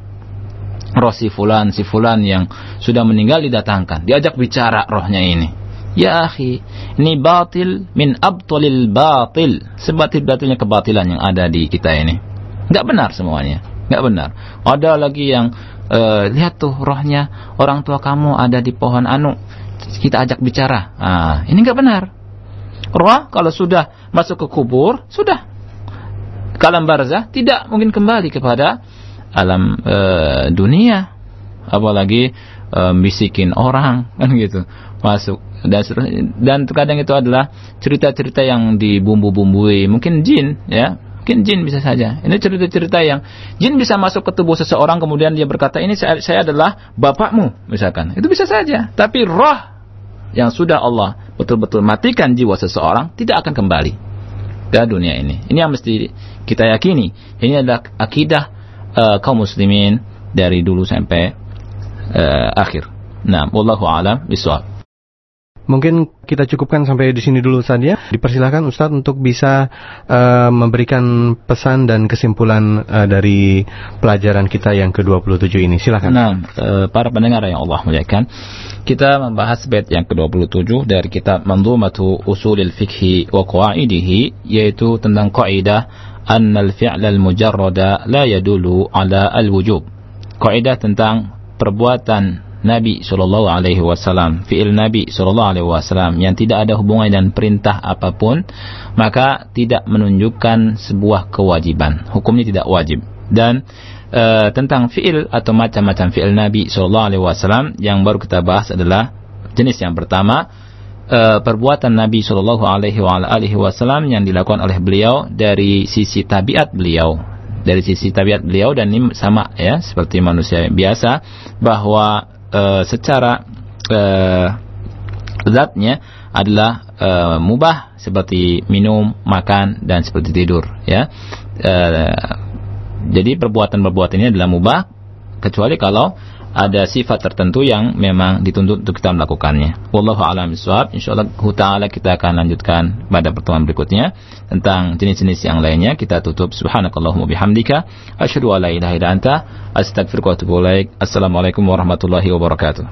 si fulan yang sudah meninggal didatangkan, diajak bicara rohnya ini. Ya akhi, ini batil min abtalil batil, sebatil-batilnya kebatilan yang ada di kita ini. Enggak benar semuanya, enggak benar. Ada lagi yang lihat tuh rohnya orang tua kamu ada di pohon anu, kita ajak bicara. Ini enggak benar. Roh kalau sudah masuk ke kubur, sudah ke alam barzah, tidak mungkin kembali kepada alam dunia, apalagi bisikin orang, kan gitu, masuk. Dan terkadang itu adalah cerita-cerita yang dibumbu-bumbui, mungkin jin, ya, mungkin jin bisa saja. Ini cerita-cerita yang jin bisa masuk ke tubuh seseorang, kemudian dia berkata, ini saya adalah bapakmu, misalkan. Itu bisa saja. Tapi roh yang sudah Allah betul-betul matikan jiwa seseorang tidak akan kembali ke dunia ini. Ini yang mesti kita yakini. Ini adalah akidah kaum muslimin dari dulu sampai akhir. Nah, wallahu a'lam bishawab. Mungkin kita cukupkan sampai di sini dulu saja. Dipersilakan Ustaz untuk bisa memberikan pesan dan kesimpulan dari pelajaran kita yang ke-27 ini. Silakan. Nah, para pendengar yang Allah muliakan, kita membahas bait yang ke-27 dari kitab Manzumatu Usulil Fiqhi wa Qawaidihi, yaitu tentang kaidah annal fi'lal mujarrada la yadullu ala al-wujub. Kaidah tentang perbuatan Nabi SAW, fi'il Nabi SAW yang tidak ada hubungan dan perintah apapun, maka tidak menunjukkan sebuah kewajiban. Hukumnya tidak wajib. Dan tentang fi'il atau macam-macam fi'il Nabi SAW yang baru kita bahas adalah jenis yang pertama, perbuatan Nabi SAW yang dilakukan oleh beliau dari sisi tabiat beliau. Dari sisi tabiat beliau, dan ini sama ya seperti manusia biasa, bahwa secara zatnya adalah mubah, seperti minum, makan, dan seperti tidur, ya. Jadi perbuatan-perbuatan ini adalah mubah, kecuali kalau ada sifat tertentu yang memang dituntut untuk kita melakukannya. Wallahu a'lam bishawab. Insyaallah ta'ala kita akan lanjutkan pada pertemuan berikutnya tentang jenis-jenis yang lainnya. Kita tutup. Subhanakallahumma bihamdika asyhadu an la ilaha illa anta astaghfiruka wa atubu ilaik. Assalamualaikum warahmatullahi wabarakatuh.